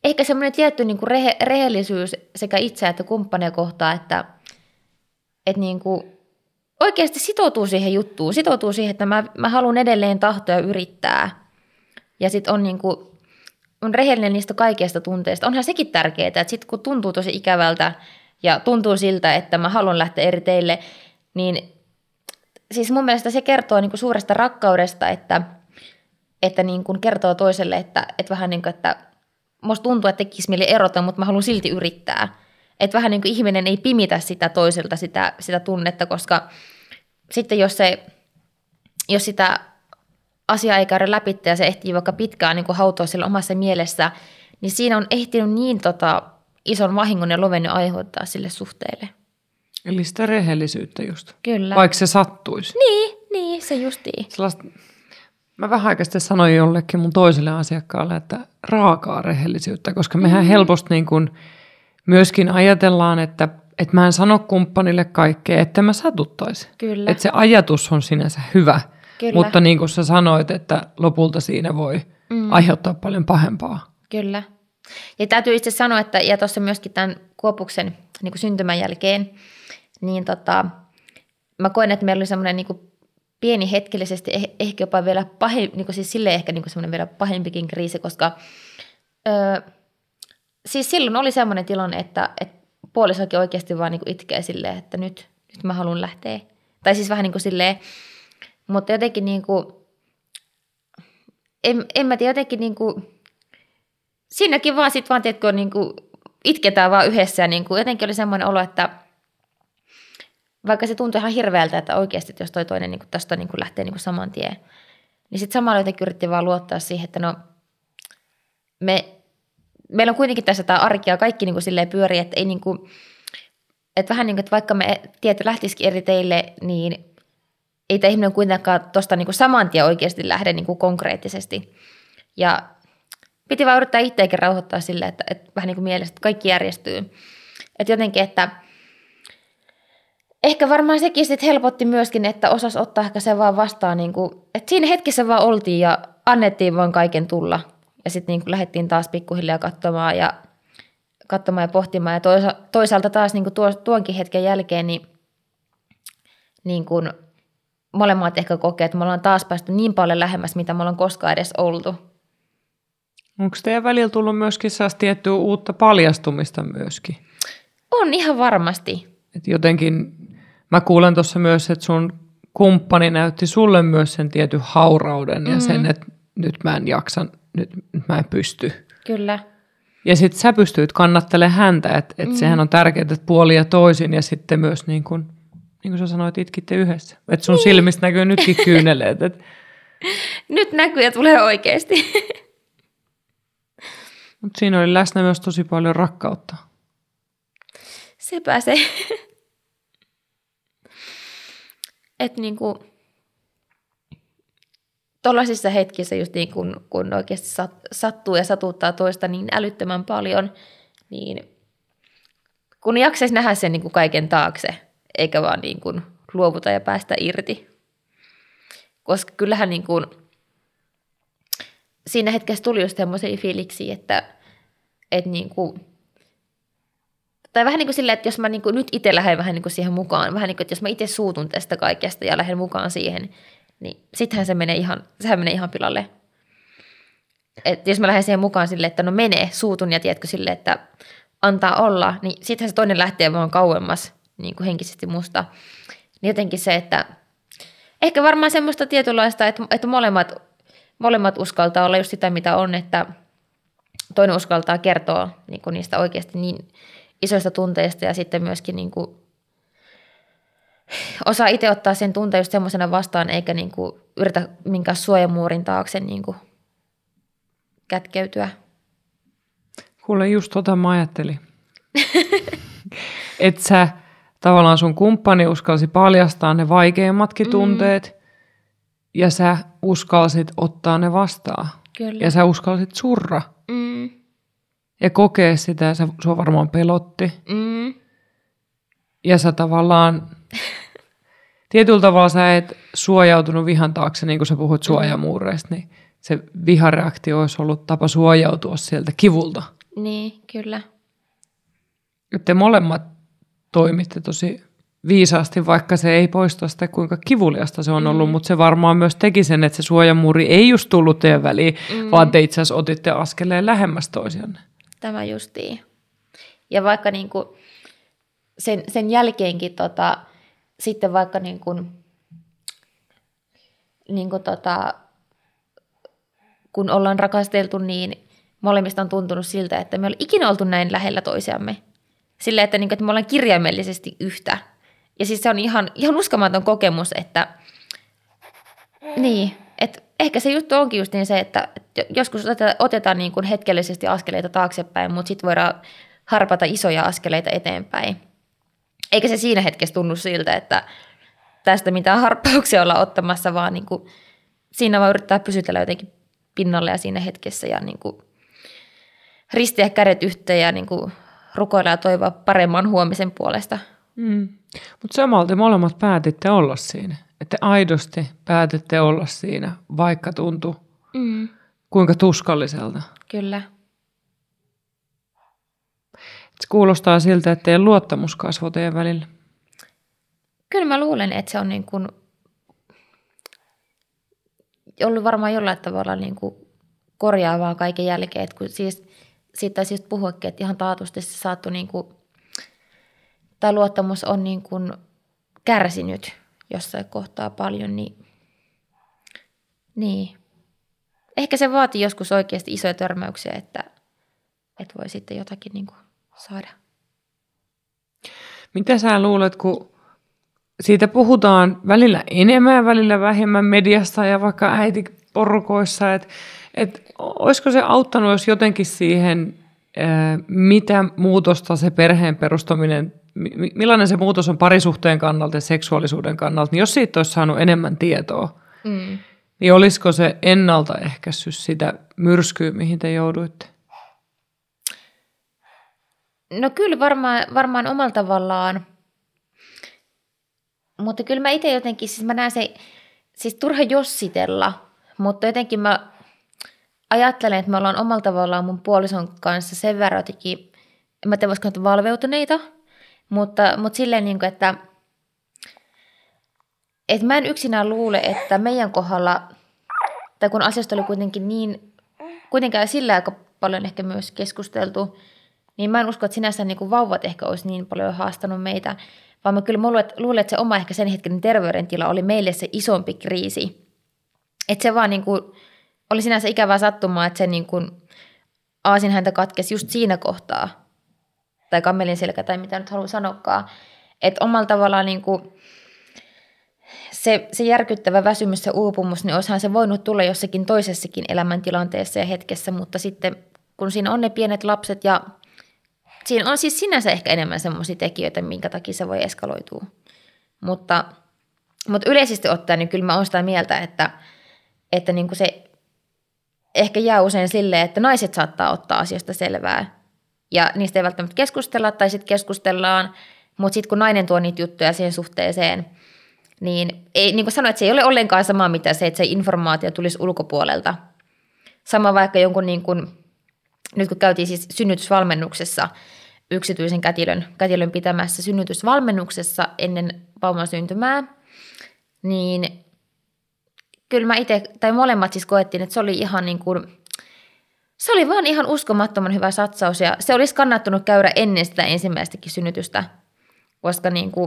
B: ehkä semmoinen tietty niin kuin rehe, rehellisyys sekä itseä että kumppania kohtaan, että, että niin kuin oikeasti sitoutuu siihen juttuun, sitoutuu siihen, että mä, mä haluan edelleen tahtoa yrittää. Ja sitten on, niin kuin, on rehellinen niistä kaikista tunteista. Onhan sekin tärkeää, että sitten kun tuntuu tosi ikävältä ja tuntuu siltä, että mä haluan lähteä eri teille, niin siis mun mielestä se kertoo niin kuin suuresta rakkaudesta, että, että niin kuin kertoo toiselle, että, että vähän niin kuin, että musta tuntuu, että tekisi mieli erota, mutta mä haluan silti yrittää. Että vähän niin kuin ihminen ei pimitä sitä toiselta, sitä, sitä tunnetta, koska sitten jos, se, jos sitä asiaa ei käydä läpi ja se ehtii vaikka pitkään niin kuin hautoa sillä omassa mielessä, niin siinä on ehtinyt niin tota, ison vahingon ja loven aiheuttaa sille suhteelle.
A: Eli sitä rehellisyyttä just.
B: Kyllä.
A: Vaikka se sattuisi.
B: Niin, niin se justiin.
A: Sellaista, mä vähän aikaa sitten sanoin jollekin mun toiselle asiakkaalle, että raakaa rehellisyyttä, koska mehän mm. helposti niin kuin myöskin ajatellaan, että, että mä en sano kumppanille kaikkea, että mä satuttaisi.
B: Kyllä.
A: Että se ajatus on sinänsä hyvä,
B: Kyllä.
A: mutta niin kuin sä sanoit, että lopulta siinä voi mm. aiheuttaa paljon pahempaa.
B: Kyllä. Ja täytyy itse sanoa, että ja tuossa myöskin tämän Kuopuksen niin kuin syntymän jälkeen, niin tota, mä koen, että meillä oli semmoinen niin kuin pieni hetkellisesti, ehkä jopa vielä pahempi, niin kuin siis silleen ehkä niin kuin semmoinen vielä pahempikin kriisi, koska öö, siis silloin oli semmoinen tilanne, että, että puolisokin oikeasti vaan niin kuin itkee silleen, että nyt, nyt mä haluan lähteä. Tai siis vähän niin kuin silleen, mutta jotenkin niin kuin, en, en mä tiedä, jotenkin niin kuin, siinäkin vaan sitten vaan, tiedätkö, niin kuin itketään vaan yhdessä ja niin kuin, jotenkin oli semmoinen olo, että vaikka se tuntui ihan hirveältä, että oikeasti jos toi toinen niin kuin tästä niin kuin lähtee niin kuin saman tien, niin sitten samalla jotenkin yritti vaan luottaa siihen, että no me, meillä on kuitenkin tässä tämä arki ja kaikki niin kuin silleen pyörii, että ei niin kuin, että vähän niin kuin, että vaikka me tieto lähtisikin eri teille, niin ei tämä ihminen kuitenkaan tuosta niin kuin saman tien oikeasti lähde niin kuin konkreettisesti. Ja piti vaan yrittää itseäkin rauhoittaa silleen, että, että vähän niin kuin mielestä, että kaikki järjestyy. Että jotenkin, että ehkä varmaan sekin sitten helpotti myöskin, että osasi ottaa ehkä se vaan vastaan, niin kuin, että siinä hetkessä vaan oltiin ja annettiin vaan kaiken tulla. Ja sitten niin lähdettiin taas pikkuhiljaa katsomaan ja, katsomaan ja pohtimaan. Ja toisa, toisaalta taas niin kuin tuo, tuonkin hetken jälkeen, niin, niin kuin molemmat ehkä kokee, että me ollaan taas päästy niin paljon lähemmäs, mitä me ollaan koskaan edes oltu.
A: Onko teidän välillä tullut myöskin saas tiettyä uutta paljastumista myöskin?
B: On ihan varmasti.
A: Et jotenkin mä kuulen tuossa myös, että sun kumppani näytti sulle myös sen tietyn haurauden mm-hmm. ja sen, että nyt mä en jaksa, nyt, nyt mä en pysty.
B: Kyllä.
A: Ja sitten sä pystyit kannattelemaan häntä, että et mm-hmm. sehän on tärkeää, että puoli ja toisin ja sitten myös niin kuin, niin kuin sä sanoit, itkitte yhdessä. Että sun niin. silmistä näkyy nytkin kyyneleet. Et...
B: Nyt näkyy ja tulee oikeasti.
A: Mutta siinä oli läsnä myös tosi paljon rakkautta.
B: Sepä se. Että niinku tuollaisissa hetkissä just niin kun, kun oikeasti sat, sattuu ja satuttaa toista niin älyttömän paljon, niin kun jaksaisi nähdä sen niin kuin kaiken taakse, eikä vaan niin kuin luovuta ja päästä irti. Koska kyllähän niin kuin siinä hetkessä tuli just semmoisia fiiliksiä, että, että niin kuin, tai vähän niin kuin silleen, että jos mä niin kuin nyt itse lähden vähän niin kuin siihen mukaan, vähän niin kuin, että jos mä itse suutun tästä kaikesta ja lähden mukaan siihen, niin sittenhän se menee ihan, sehän menee ihan pilalle. Et jos mä lähden siihen mukaan silleen, että no mene, suutun ja tiedätkö silleen, että antaa olla, niin sittenhän se toinen lähtee vaan kauemmas niin kuin henkisesti musta. Niin jotenkin se, että ehkä varmaan semmoista tietynlaista, että, että molemmat, molemmat uskaltaa olla just sitä, mitä on, että toinen uskaltaa kertoa niin kuin niistä oikeasti niin isoista tunteista ja sitten myöskin niin kuin osaa itse ottaa sen tunteen just semmoisena vastaan, eikä niin kuin yritä minkään suojamuurin taakse niin kuin kätkeytyä.
A: Kuule, just tota mä ajattelin. Että sä tavallaan sun kumppani uskalsi paljastaa ne vaikeimmatkin mm. tunteet ja sä uskalsit ottaa ne vastaan.
B: Kyllä.
A: Ja sä uskalsit surra.
B: Mm.
A: Ja kokea sitä, ja sua varmaan pelotti.
B: Mm.
A: Ja sä tavallaan, tietyllä tavalla sä et suojautunut vihan taakse, niin kuin sä puhut suojamuureista, niin se vihareaktio olisi ollut tapa suojautua sieltä kivulta.
B: Niin, kyllä.
A: Te molemmat toimitte tosi viisaasti, vaikka se ei poista sitä, kuinka kivuliasta se on ollut, mm. mutta se varmaan myös teki sen, että se suojamuuri ei just tullut teidän väliin, mm. vaan te itse asiassa otitte askeleen lähemmäs toisianne.
B: Tämä justiin. Ja vaikka niinku sen, sen jälkeenkin tota, sitten vaikka niinku, niinku tota, kun ollaan rakasteltu, niin molemmista on tuntunut siltä, että me ollaan ikinä oltu näin lähellä toisiamme. Silleen, että, niinku, että me ollaan kirjaimellisesti yhtä. Ja siis se on ihan, ihan uskomaton kokemus, että niin, että ehkä se juttu onkin just niin se, että joskus otetaan, otetaan niin kuin hetkellisesti askeleita taaksepäin, mutta sitten voidaan harpata isoja askeleita eteenpäin. Eikä se siinä hetkessä tunnu siltä, että tästä mitään harppauksia ollaan ottamassa, vaan niin kuin siinä vaan yrittää pysytellä jotenkin pinnalle ja siinä hetkessä ja niin kuin ristiä kädet yhteen ja niin kuin rukoilla ja toivoa paremman huomisen puolesta.
A: Mm. Mutta samalla te molemmat päätitte olla siinä. Että aidosti päätitte olla siinä, vaikka tuntui mm. kuinka tuskalliselta.
B: Kyllä.
A: Se kuulostaa siltä, että teidän luottamus kasvoi teidän välillä.
B: Kyllä mä luulen, että se on niin kuin ollut varmaan jollain tavalla niin kuin korjaavaa kaiken jälkeen. Että kun siis, siitä taisi just puhuakin, että ihan taatusti se saattu niin kuin, tai luottamus on niin kuin kärsinyt jossain kohtaa paljon, niin, niin. Ehkä se vaatii joskus oikeasti isoja törmäyksiä, että, että voi sitten jotakin niin kuin saada.
A: Mitä sä luulet, kun siitä puhutaan välillä enemmän ja välillä vähemmän mediassa ja vaikka äitiporukoissa, että, että olisiko se auttanut, jos jotenkin siihen, mitä muutosta se perheen perustaminen, millainen se muutos on parisuhteen kannalta ja seksuaalisuuden kannalta, niin jos siitä olisi saanut enemmän tietoa, mm. niin olisiko se ennaltaehkäissyt sitä myrskyä, mihin te jouduitte?
B: No kyllä varmaan, varmaan omalla tavallaan, mutta kyllä mä itse jotenkin, siis mä näen se, siis turha jossitella, mutta jotenkin mä ajattelen, että me ollaan omalla tavallaan mun puolison kanssa sen verran jotenkin, en mä tiedä voisiko näitä valveutuneita, mutta, mutta silleen niin kuin, että, että mä en yksinään luule, että meidän kohdalla, tai kun asiasta oli kuitenkin niin, kuitenkaan sillä aika paljon ehkä myös keskusteltu, niin mä en usko, että sinänsä niin kuin vauvat ehkä olisi niin paljon haastanut meitä, vaan mä kyllä luulen, että se oma ehkä sen hetken terveydentila oli meille se isompi kriisi. Että se vaan niin kuin oli sinänsä ikävää sattumaa, että se niin kuin aasin häntä katkesi just siinä kohtaa, tai kammelin selkä, tai mitä nyt haluan sanoakaan. Että omalla tavallaan niin kuin se, se järkyttävä väsymys ja uupumus, niin olisihan se voinut tulla jossakin toisessakin elämäntilanteessa ja hetkessä, mutta sitten kun siinä on ne pienet lapset ja siinä on siis sinänsä ehkä enemmän semmoisia tekijöitä, minkä takia se voi eskaloitua. Mutta, mutta yleisesti ottaen, niin kyllä mä oon sitä mieltä, että, että niin kuin se ehkä jää usein silleen, että naiset saattaa ottaa asiasta selvää. Ja niistä ei välttämättä keskustella tai sitten keskustellaan, mutta sitten kun nainen tuo niitä juttuja siihen suhteeseen, niin, ei, niin kuin sanoin, että se ei ole ollenkaan sama mitä se, että se informaatio tulisi ulkopuolelta. Sama vaikka jonkun niin kuin, nyt kun käytiin siis synnytysvalmennuksessa, yksityisen kätilön, kätilön pitämässä synnytysvalmennuksessa ennen vauvan syntymää, niin kyllä mä itse, tai molemmat siis koettiin, että se oli ihan niin kuin, se oli vaan ihan uskomattoman hyvä satsaus ja se olisi kannattanut käydä ennen sitä ensimmäistäkin synnytystä, koska niin kuin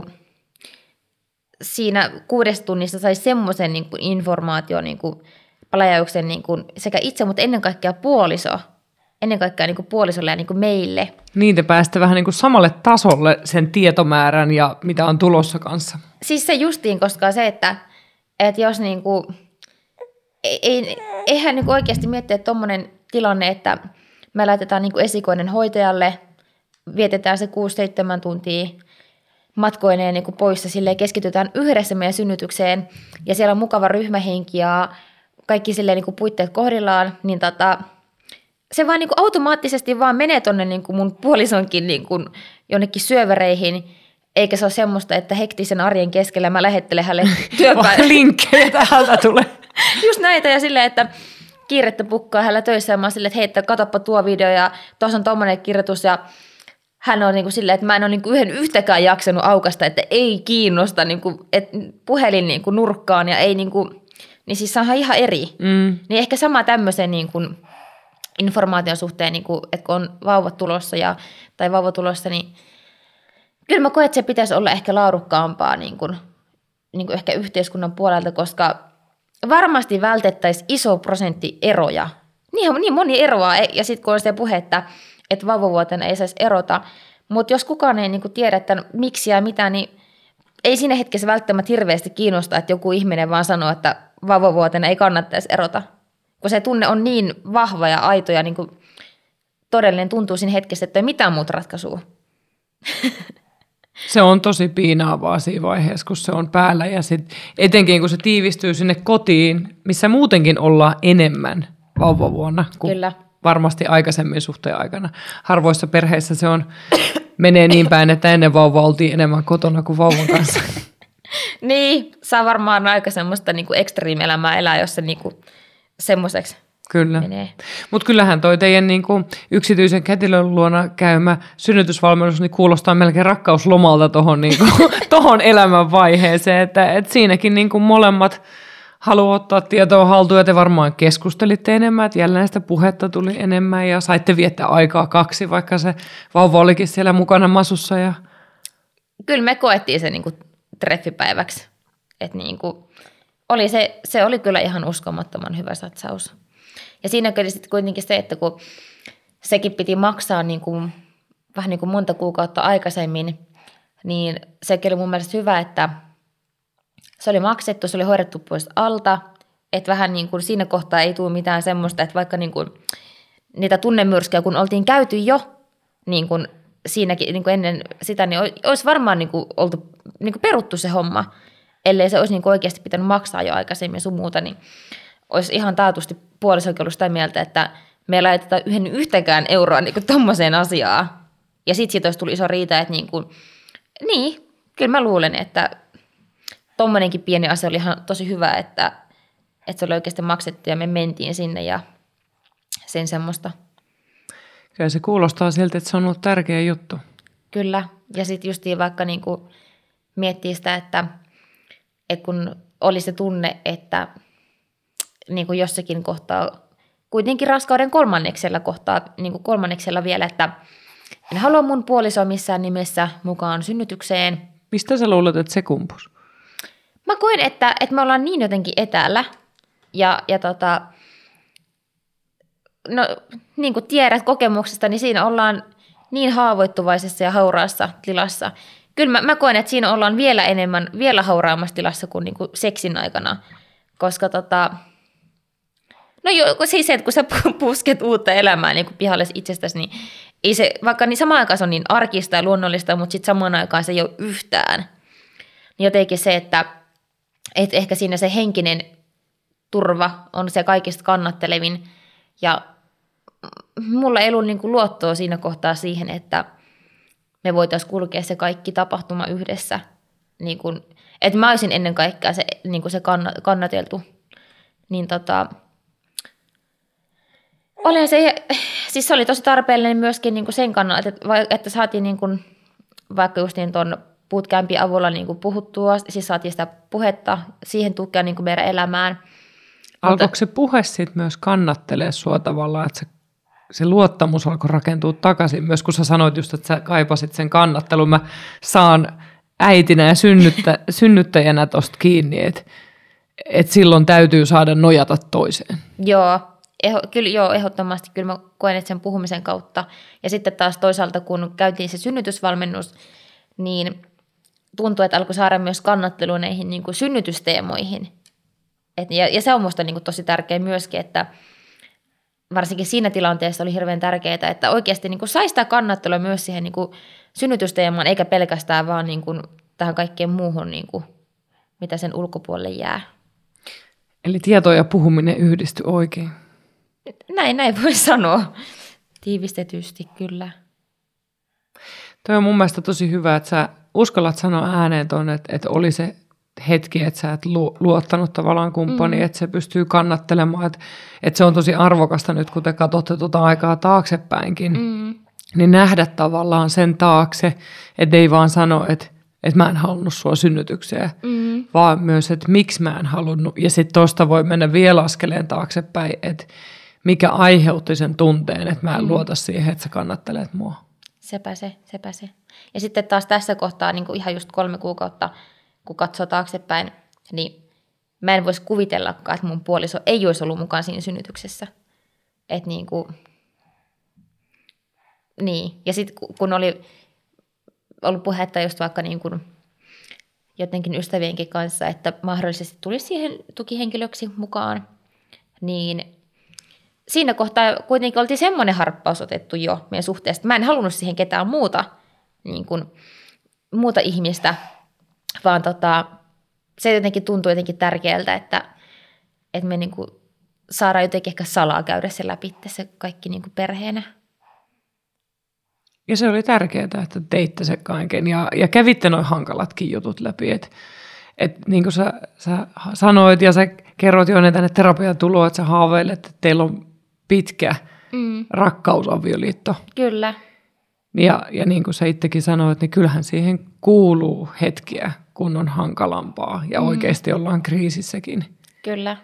B: siinä kuudessa tunnissa sai semmoisen niin kuin informaation, niin kuin palajauksen niin kuin sekä itse, mutta ennen kaikkea puoliso, ennen kaikkea niin kuin puolisolle ja niin kuin meille.
A: Niin te pääsitte vähän niin kuin samalle tasolle sen tietomäärän ja mitä on tulossa kanssa.
B: Siis se justiin, koska se, että, että jos niin kuin, ei, eihän niin kuin oikeasti miettiä, että tommoinen tilanne, että me laitetaan niin kuin esikoinen hoitajalle, vietetään se kuusi seitsemän tuntia matkoineen niin kuin poissa, silleen keskitytään yhdessä meidän synnytykseen ja siellä on mukava ryhmähenki ja kaikki silleen niin kuin puitteet kohdillaan, niin tota, se vaan niin kuin automaattisesti vaan menee tonne niin kuin mun puolisonkin niin kuin jonnekin syövereihin, eikä se ole semmoista, että hektisen arjen keskellä mä lähettelen hänelle työpäivää.
A: Linkkejä täältä tulee.
B: Just näitä ja silleen, että kiirettä pukkaa hänellä töissä ja mä oon silleen, että hei, että katoppa tuo video ja tuossa on tommoinen kirjoitus ja hän on niin kuin silleen, että mä en ole niin kuin yhden yhtäkään jaksanut aukasta, että ei kiinnosta niin kuin, että puhelin niin kuin nurkkaan ja ei niin kuin, niin siis se on ihan eri. Mm. Niin ehkä sama tämmöisen niin kuin informaation suhteen, niin kuin, että kun on vauvat tulossa ja, tai vauva tulossa, niin kyllä mä koen, että se pitäisi olla ehkä laadukkaampaa niin kuin, niin kuin ehkä yhteiskunnan puolelta, koska varmasti vältettäisiin iso prosentti eroja. Niin, niin moni eroaa ja sitten kun on se puhe, että että vauvavuotena ei saisi erota, mutta jos kukaan ei niinku tiedä, että miksi ja mitä, niin ei siinä hetkessä välttämättä hirveästi kiinnosta, että joku ihminen vaan sanoo, että vauvavuotena ei kannattaisi erota. Kun se tunne on niin vahva ja aito ja niinku todellinen tuntuu siinä hetkessä, että ei mitään muuta ratkaisua.
A: Se on tosi piinaavaa siinä vaiheessa, kun se on päällä ja sit etenkin kun se tiivistyy sinne kotiin, missä muutenkin ollaan enemmän vauvavuonna kuin Kyllä. varmasti aikaisemmin suhteen aikana. Harvoissa perheissä se on, menee niin päin, että ennen vauvaa oltiin enemmän kotona kuin vauvan kanssa.
B: Niin, saa varmaan aika semmoista niinku ekstriimielämää elää, jos se niinku semmoiseksi
A: Kyllä. Mutta kyllähän toi teidän niinku yksityisen kätilön luona käymä synnytysvalmennus niin kuulostaa melkein rakkauslomalta tuohon niinku, tohon elämänvaiheeseen, että et siinäkin niinku molemmat haluaa ottaa tietoa haltuun ja te varmaan keskustelitte enemmän, että jälleen sitä puhetta tuli enemmän ja saitte viettää aikaa kaksi, vaikka se vauva olikin siellä mukana masussa. Ja...
B: Kyllä me koettiin se niinku treffipäiväksi, että niinku oli se, se oli kyllä ihan uskomattoman hyvä satsaus. Ja siinä oli sitten kuitenkin se, että kun sekin piti maksaa niin kuin, vähän niin kuin monta kuukautta aikaisemmin, niin sekin oli mun mielestä hyvä, että se oli maksettu, se oli hoidettu pois alta, että vähän niin kuin siinä kohtaa ei tule mitään semmoista, että vaikka niin kuin niitä tunnemyrskyjä, kun oltiin käyty jo niin kuin siinäkin niin kuin ennen sitä, niin olisi varmaan niin kuin oltu niin kuin peruttu se homma, ellei se olisi niin kuin oikeasti pitänyt maksaa jo aikaisemmin sun muuta, niin olisi ihan taatusti puolisokin ollut sitä mieltä, että me ei laiteta yhden yhtäkään euroa niin kuin tommoseen asiaan. Ja sitten siitä olisi tullut iso riita, että niin, kuin, niin kyllä mä luulen, että tommonenkin pieni asia oli ihan tosi hyvä, että, että se oli oikeasti maksettu ja me mentiin sinne ja sen semmoista.
A: Kyllä se kuulostaa siltä, että se on ollut tärkeä juttu.
B: Kyllä. Ja sitten justiin vaikka niin kuin miettii sitä, että, että kun oli se tunne, että niin kuin jossakin kohtaa, kuitenkin raskauden kolmanneksella kohtaa, niin kuin kolmanneksella vielä, että en halua mun puolisoa missään nimessä mukaan synnytykseen.
A: Mistä sä luulet, että se kumpus?
B: Mä koen, että, että me ollaan niin jotenkin etäällä ja, ja tota, no niin kuin tiedät kokemuksesta, niin siinä ollaan niin haavoittuvaisessa ja hauraassa tilassa. Kyllä mä, mä koen, että siinä ollaan vielä enemmän, vielä hauraammassa tilassa kuin, niin kuin seksin aikana, koska tota... No joo, siis se, että kun sä pusket uutta elämää niin kuin pihalle itsestäsi, niin ei se, vaikka niin samaan aikaan se on niin arkista ja luonnollista, mutta sitten samaan aikaan se ei ole yhtään. Niin jotenkin se, että, että ehkä siinä se henkinen turva on se kaikista kannattelevin. Ja mulla ei ollut niin kuin luottoa siinä kohtaa siihen, että me voitaisiin kulkea se kaikki tapahtuma yhdessä. Niin kuin, että mä olisin ennen kaikkea se, niin kuin se kannateltu. Niin tota... Olen se, siis se oli tosi tarpeellinen myöskin niin kuin sen kannalta, että, että saatiin niin kuin, vaikka just niin tuon bootcampin avulla niin kuin puhuttua, siis saatiin sitä puhetta siihen tukea niin kuin meidän elämään.
A: Alkoiko Mutta, se puhe sitten myös kannattelee sua tavallaan, että se, se luottamus alkoi rakentua takaisin, myös kun sä sanoit just, että sä kaipasit sen kannattelun, mä saan äitinä ja synnyttä, synnyttäjänä tosta kiinni, että, että silloin täytyy saada nojata toiseen.
B: Joo. Eho, kyllä joo, ehdottomasti kyllä mä koen, että sen puhumisen kautta. Ja sitten taas toisaalta, kun käytiin se synnytysvalmennus, niin tuntui, että alkoi saada myös kannattelua näihin niin kuin synnytysteemoihin. Et, ja, ja se on musta niin kuin tosi tärkeä myöskin, että varsinkin siinä tilanteessa oli hirveän tärkeää, että oikeasti niin kuin sai sitä kannattelua myös siihen niin kuin synnytysteemaan, eikä pelkästään vaan niin kuin tähän kaikkeen muuhun, niin kuin, mitä sen ulkopuolelle jää.
A: Eli tieto ja puhuminen yhdistyi oikein.
B: Näin, näin voi sanoa. Tiivistetysti, kyllä.
A: Toi on mun mielestä tosi hyvä, että sä uskallat sanoa ääneen tuonne, että, että oli se hetki, että sä et lu- luottanut tavallaan kumppaniin,
B: Mm.
A: että se pystyy kannattelemaan. Että, että se on tosi arvokasta nyt, kun te katsotte tuota aikaa taaksepäinkin,
B: Mm.
A: niin nähdä tavallaan sen taakse, että ei vaan sano, että, että mä en halunnut sua synnytykseen,
B: Mm.
A: vaan myös, että miksi mä en halunnut. Ja sitten tuosta voi mennä vielä askeleen taaksepäin, että mikä aiheutti sen tunteen, että mä en
B: Mm.
A: luota siihen, että sä kannattelet mua.
B: Sepä se, sepä se. Ja sitten taas tässä kohtaa niin kuin ihan just kolme kuukautta, kun katsoo taaksepäin, niin mä en voisi kuvitellakaan, että mun puoliso ei olisi ollut mukaan siinä synnytyksessä. Että niin kuin, niin. Ja sitten kun oli ollut puhetta just vaikka niin kuin jotenkin ystävienkin kanssa, että mahdollisesti tulisi siihen tukihenkilöksi mukaan, niin siinä kohtaa kuitenkin oltiin semmoinen harppaus otettu jo meidän suhteesta. Mä en halunnut siihen ketään muuta, niin kuin, muuta ihmistä, vaan tota, se jotenkin tuntui jotenkin tärkeältä, että, että me niin kuin saadaan jotenkin ehkä salaa käydä se läpi, se kaikki niin kuin perheenä.
A: Ja se oli tärkeää, että teitte se kaiken ja, ja kävitte noin hankalatkin jutut läpi. Että et, niin kuin sä, sä sanoit ja sä kerroit jo ennen tänne terapiaan tuloa, että sä haaveilet, että teillä on pitkä mm. rakkausavioliitto.
B: Kyllä.
A: Ja, ja niin kuin sä itsekin sanoit, niin kyllähän siihen kuuluu hetkiä, kun on hankalampaa ja mm. oikeasti ollaan kriisissäkin.
B: Kyllä.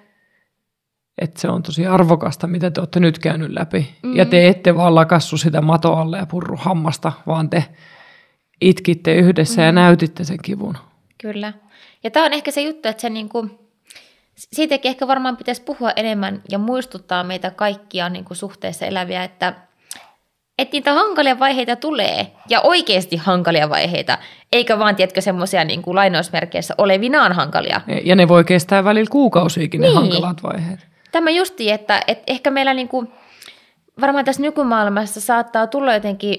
A: Että se on tosi arvokasta, mitä te olette nyt käynyt läpi. Mm. Ja
B: Mm-hmm.
A: te ette vaan lakassu sitä mato alle ja purru hammasta, vaan te itkitte yhdessä mm. ja näytitte sen kivun.
B: Kyllä. Ja tämä on ehkä se juttu, että se niinku, siitäkin ehkä varmaan pitäisi puhua enemmän ja muistuttaa meitä kaikkia niinku suhteessa eläviä, että, että niitä hankalia vaiheita tulee ja oikeasti hankalia vaiheita, eikä vaan, tiedätkö, semmoisia niinku lainausmerkeissä olevinaan hankalia.
A: Ja ne voi kestää välillä kuukausiakin ne
B: Niin.
A: hankalat vaiheet.
B: Tämä justi, että, että ehkä meillä niinku, varmaan tässä nykymaailmassa saattaa tulla jotenkin,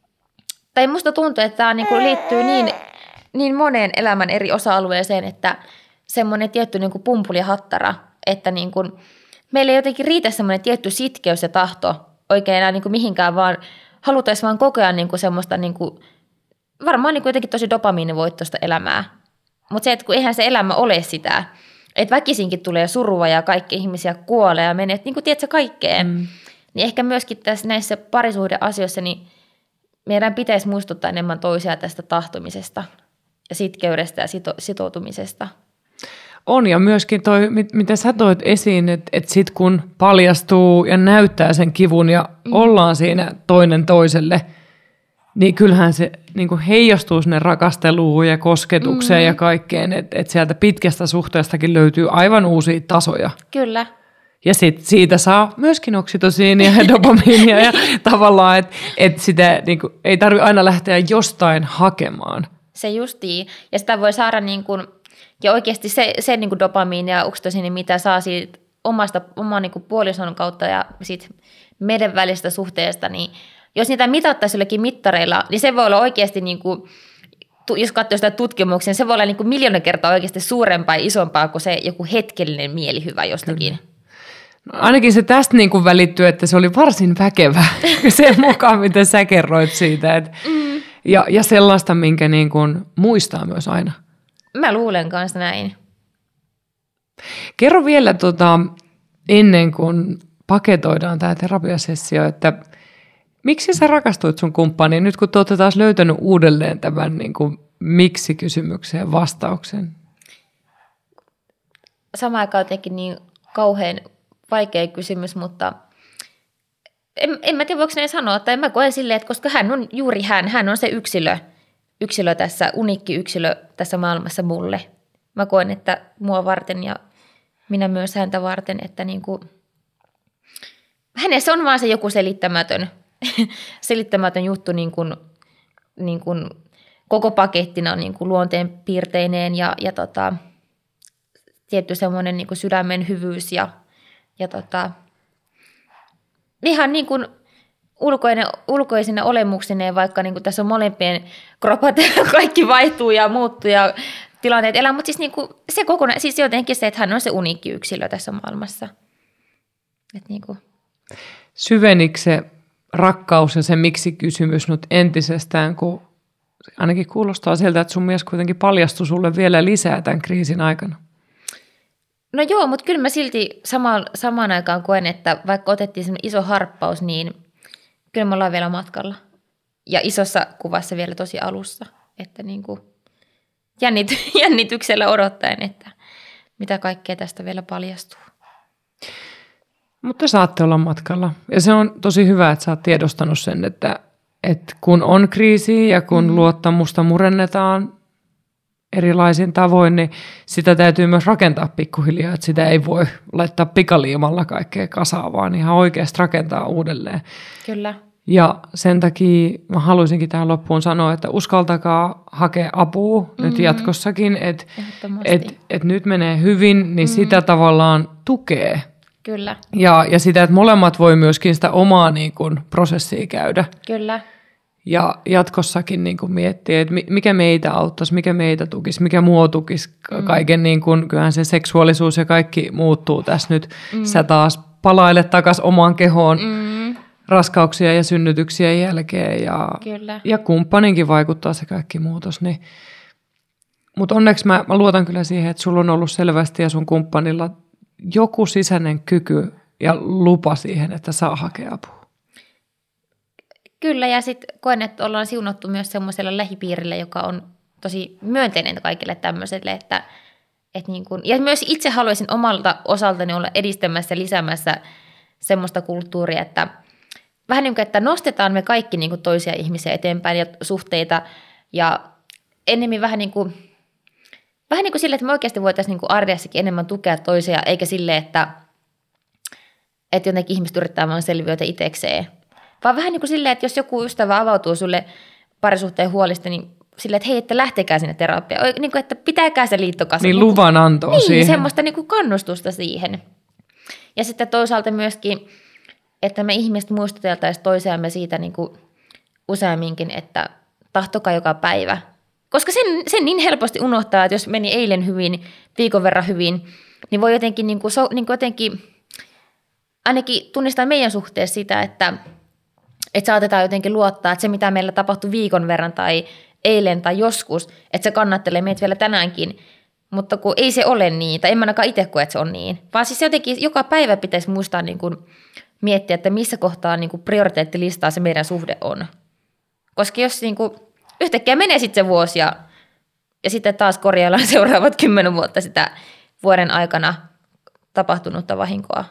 B: tai musta tuntuu, että tämä niinku liittyy niin, niin moneen elämän eri osa-alueeseen, että semmoinen tietty niinku pumpuli ja hattara, että niinku, meillä ei jotenkin riitä semmoinen tietty sitkeys ja tahto oikein enää niinku mihinkään, vaan halutaisiin vaan koko ajan niinku semmoista niinku, varmaan niinku jotenkin tosi dopamiinivoittoista elämää. Mutta se, että kun eihän se elämä ole sitä, että väkisinkin tulee surua ja kaikki ihmisiä kuolee ja menee, niin kuin tiedätkö kaikkeen, mm. niin ehkä myöskin tässä näissä parisuhdeasioissa niin meidän pitäisi muistuttaa enemmän toisia tästä tahtomisesta ja sitkeydestä ja sito- sitoutumisesta.
A: On, ja myöskin toi, mit, mitä sä toit esiin, että et sit kun paljastuu ja näyttää sen kivun ja mm. ollaan siinä toinen toiselle, niin kyllähän se niin kuin heijastuu sinne rakasteluun ja kosketukseen mm. ja kaikkeen, että et sieltä pitkästä suhteestakin löytyy aivan uusia tasoja.
B: Kyllä.
A: Ja sit siitä saa myöskin oksitosiinia ja dopamiinia ja tavallaan, että et sitä niin kuin, ei tarvitse aina lähteä jostain hakemaan.
B: Se justiin. Ja sitä voi saada niin kuin, ja oikeasti se, se niin kuin dopamiini ja oksitosiini, mitä saa siitä omasta, oman niin kuin puolison kautta ja siitä meidän välistä suhteesta, niin jos niitä mitattaisiin jollekin mittareilla, niin se voi olla oikeasti, niin kuin, jos katsoo sitä tutkimuksia, se voi olla niin kuin miljoona kertaa oikeasti suurempaa ja isompaa kuin se joku hetkellinen mielihyvä jostakin.
A: No, ainakin se tästä niin kuin välittyy, että se oli varsin väkevä sen mukaan, mitä sä kerroit siitä. Et, mm. ja, ja sellaista, minkä niin kuin muistaa myös aina.
B: Mä luulen kanssa näin.
A: Kerro vielä tota, ennen kuin paketoidaan tämä terapiasessio, että miksi sä rakastuit sun kumppaniin nyt, kun te olette taas löytänyt uudelleen tämän niin kuin miksi-kysymykseen vastauksen?
B: Samaan aikaan jotenkin niin kauhean vaikea kysymys, mutta en, en mä tiedä, voiko näin sanoa, tai mä koen silleen, että koska hän on juuri hän, hän on se yksilö, yksilö tässä, uniikki yksilö tässä maailmassa mulle. Mä koen, että mua varten ja minä myös häntä varten, että niin kuin, hänessä on vaan se joku selittämätön, selittämätön juttu niin kuin, niin kuin koko pakettina niin kuin luonteen piirteineen ja, ja tota, tietty semmoinen niin kuin sydämen hyvyys ja, ja tota, ihan niin kuin ulkoinen, ulkoisina olemuksineen, vaikka niin kuin tässä on molempien kropat kaikki vaihtuu ja muuttuu ja tilanteet elää, mutta siis, niin kuin se kokona, siis jotenkin se, että hän on se uniikki yksilö tässä maailmassa. Et niin kuin.
A: Syvenikö se rakkaus ja se miksi-kysymys nyt entisestään, kun ainakin kuulostaa sieltä, että sun mies kuitenkin paljastui sulle vielä lisää tämän kriisin aikana.
B: No joo, mutta kyllä mä silti sama, samaan aikaan koen, että vaikka otettiin semmoinen iso harppaus, niin kyllä me ollaan vielä matkalla. Ja isossa kuvassa vielä tosi alussa, että niin kuin jännity, jännityksellä odottaen, että mitä kaikkea tästä vielä paljastuu.
A: Mutta saatte olla matkalla. Ja se on tosi hyvä, että sä oot tiedostanut sen, että, että kun on kriisi ja kun mm. luottamusta murennetaan erilaisin tavoin, niin sitä täytyy myös rakentaa pikkuhiljaa, että sitä ei voi laittaa pikaliimalla kaikkea kasaan, vaan ihan oikeasti rakentaa uudelleen.
B: Kyllä.
A: Ja sen takia mä haluaisinkin tähän loppuun sanoa, että uskaltakaa hakea apua mm-hmm. nyt jatkossakin, että et, et nyt menee hyvin, niin mm-hmm. sitä tavallaan tukee.
B: Kyllä.
A: Ja, ja sitä, että molemmat voi myöskin sitä omaa niin kuin, prosessia käydä.
B: Kyllä.
A: Ja jatkossakin niin kuin, miettiä, että mikä meitä auttaisi, mikä meitä tukisi, mikä mua tukisi. Mm. Kaiken, niin kuin, kyllähän se seksuaalisuus ja kaikki muuttuu tässä nyt. Mm. Sä taas palailet takaisin omaan kehoon. Mm. Raskauksia ja synnytyksiä jälkeen ja, ja kumppaninkin vaikuttaa se kaikki muutos. Niin. Mutta onneksi mä, mä luotan kyllä siihen, että sulla on ollut selvästi ja sun kumppanilla joku sisäinen kyky ja lupa siihen, että saa hakea apua.
B: Kyllä, ja sitten koen, että ollaan siunattu myös semmoisella lähipiirillä, joka on tosi myönteinen kaikille tämmöiselle, että, että niin kun, ja myös itse haluaisin omalta osaltani olla edistämässä ja lisäämässä semmoista kulttuuria, että vähän niin kuin, että nostetaan me kaikki niin kuin toisia ihmisiä eteenpäin ja suhteita ja enemmän vähän niin kuin, vähän niin kuin sille, että me oikeasti voitaisiin niin kuin arjessakin enemmän tukea toisia, eikä sille, että, että jotenkin ihmiset yrittää vaan selviytyä itsekseen. Vaan vähän niin kuin silleen, että jos joku ystävä avautuu sulle parisuhteen huolista, niin silleen, että hei, että lähtekää sinne terapiaan. Niin kuin, että pitäkää se liittokassa.
A: Niin luvan antoa
B: niin,
A: siihen.
B: Niin, semmoista niin kuin kannustusta siihen. Ja sitten toisaalta myöskin, että me ihmiset muistuteltaisiin toisiamme siitä niin kuin useamminkin, että tahtokaa joka päivä. Koska sen, sen niin helposti unohtaa, että jos meni eilen hyvin, viikon verran hyvin, niin voi jotenkin, niin kuin, niin kuin jotenkin ainakin tunnistaa meidän suhteessa sitä, että, että saatetaan jotenkin luottaa, että se mitä meillä tapahtui viikon verran tai eilen tai joskus, että se kannattelee meitä vielä tänäänkin. Mutta kun ei se ole niin, tai en mä ainakaan itse koe, että se on niin. Vaan siis jotenkin joka päivä pitäisi muistaa niin kuin miettiä, että missä kohtaa niin kuin prioriteettilistaa se meidän suhde on. Koska jos niin kuin yhtäkkiä menee sitten se vuosi ja, ja sitten taas korjaillaan seuraavat kymmenen vuotta sitä vuoden aikana tapahtunutta vahinkoa.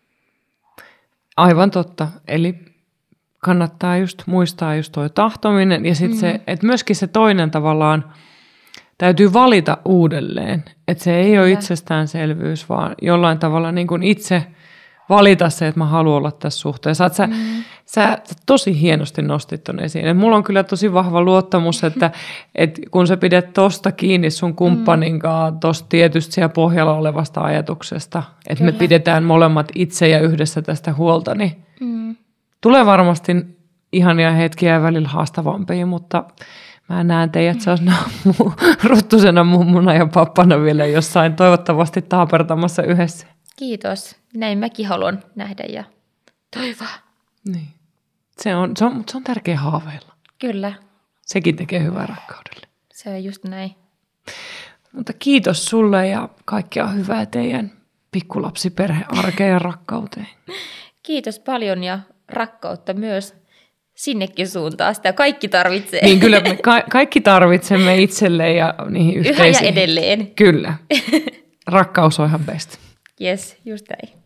A: Aivan totta. Eli kannattaa just muistaa just tuo tahtominen ja sitten mm-hmm. se, että myöskin se toinen tavallaan täytyy valita uudelleen. Että se ei ole itsestäänselvyys, vaan jollain tavalla niin kuin itse valita se, että mä haluan olla tässä suhteessa. Sä, mm. sä, sä tosi hienosti nostit ton esiin. Et mulla on kyllä tosi vahva luottamus, että et kun sä pidät tosta kiinni sun kumppanin kanssa, tosta tietysti siellä pohjalla olevasta ajatuksesta, että me pidetään molemmat itse ja yhdessä tästä huolta, niin mm. tulee varmasti ihania hetkiä ja välillä haastavampia, mutta mä näen teidät sellaisena ruttusena mummuna ja pappana vielä jossain toivottavasti taapertamassa yhdessä.
B: Kiitos. Näin mäkin haluan nähdä ja toivoa.
A: Niin. Se on, se on, se on tärkeä haaveilla.
B: Kyllä.
A: Sekin tekee hyvää rakkaudelle.
B: Se on just näin.
A: Mutta kiitos sulle ja kaikkea hyvää teidän pikkulapsiperhearkeen ja rakkauteen.
B: Kiitos paljon ja rakkautta myös sinnekin suuntaan. Sitä kaikki tarvitsee.
A: Niin kyllä me ka- kaikki tarvitsemme itselleen ja niihin yhteisiin.
B: Yhä ja edelleen.
A: Kyllä. Rakkaus on ihan best.
B: Jes, just näin.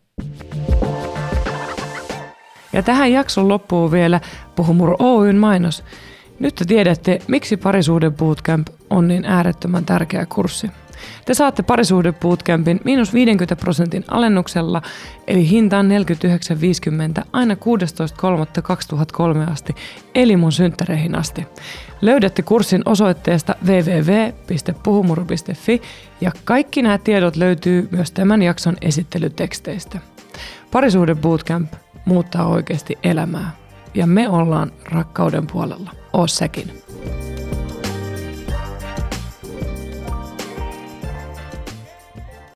A: Ja tähän jakson loppuun vielä Puhumuru Oyn mainos. Nyt te tiedätte, miksi Parisuhde Bootcamp on niin äärettömän tärkeä kurssi. Te saatte Parisuhde Bootcampin miinus viidenkymmenen prosentin alennuksella, eli hinta on neljäkymmentäyhdeksän viisikymmentä aina kuudestoista kolmatta kaksituhattakolme asti, eli mun synttäreihin asti. Löydätte kurssin osoitteesta double-u double-u double-u piste puhumuru piste fi ja kaikki nämä tiedot löytyy myös tämän jakson esittelyteksteistä. Parisuhde Bootcamp muuttaa oikeasti elämää ja me ollaan rakkauden puolella. Oo säkin.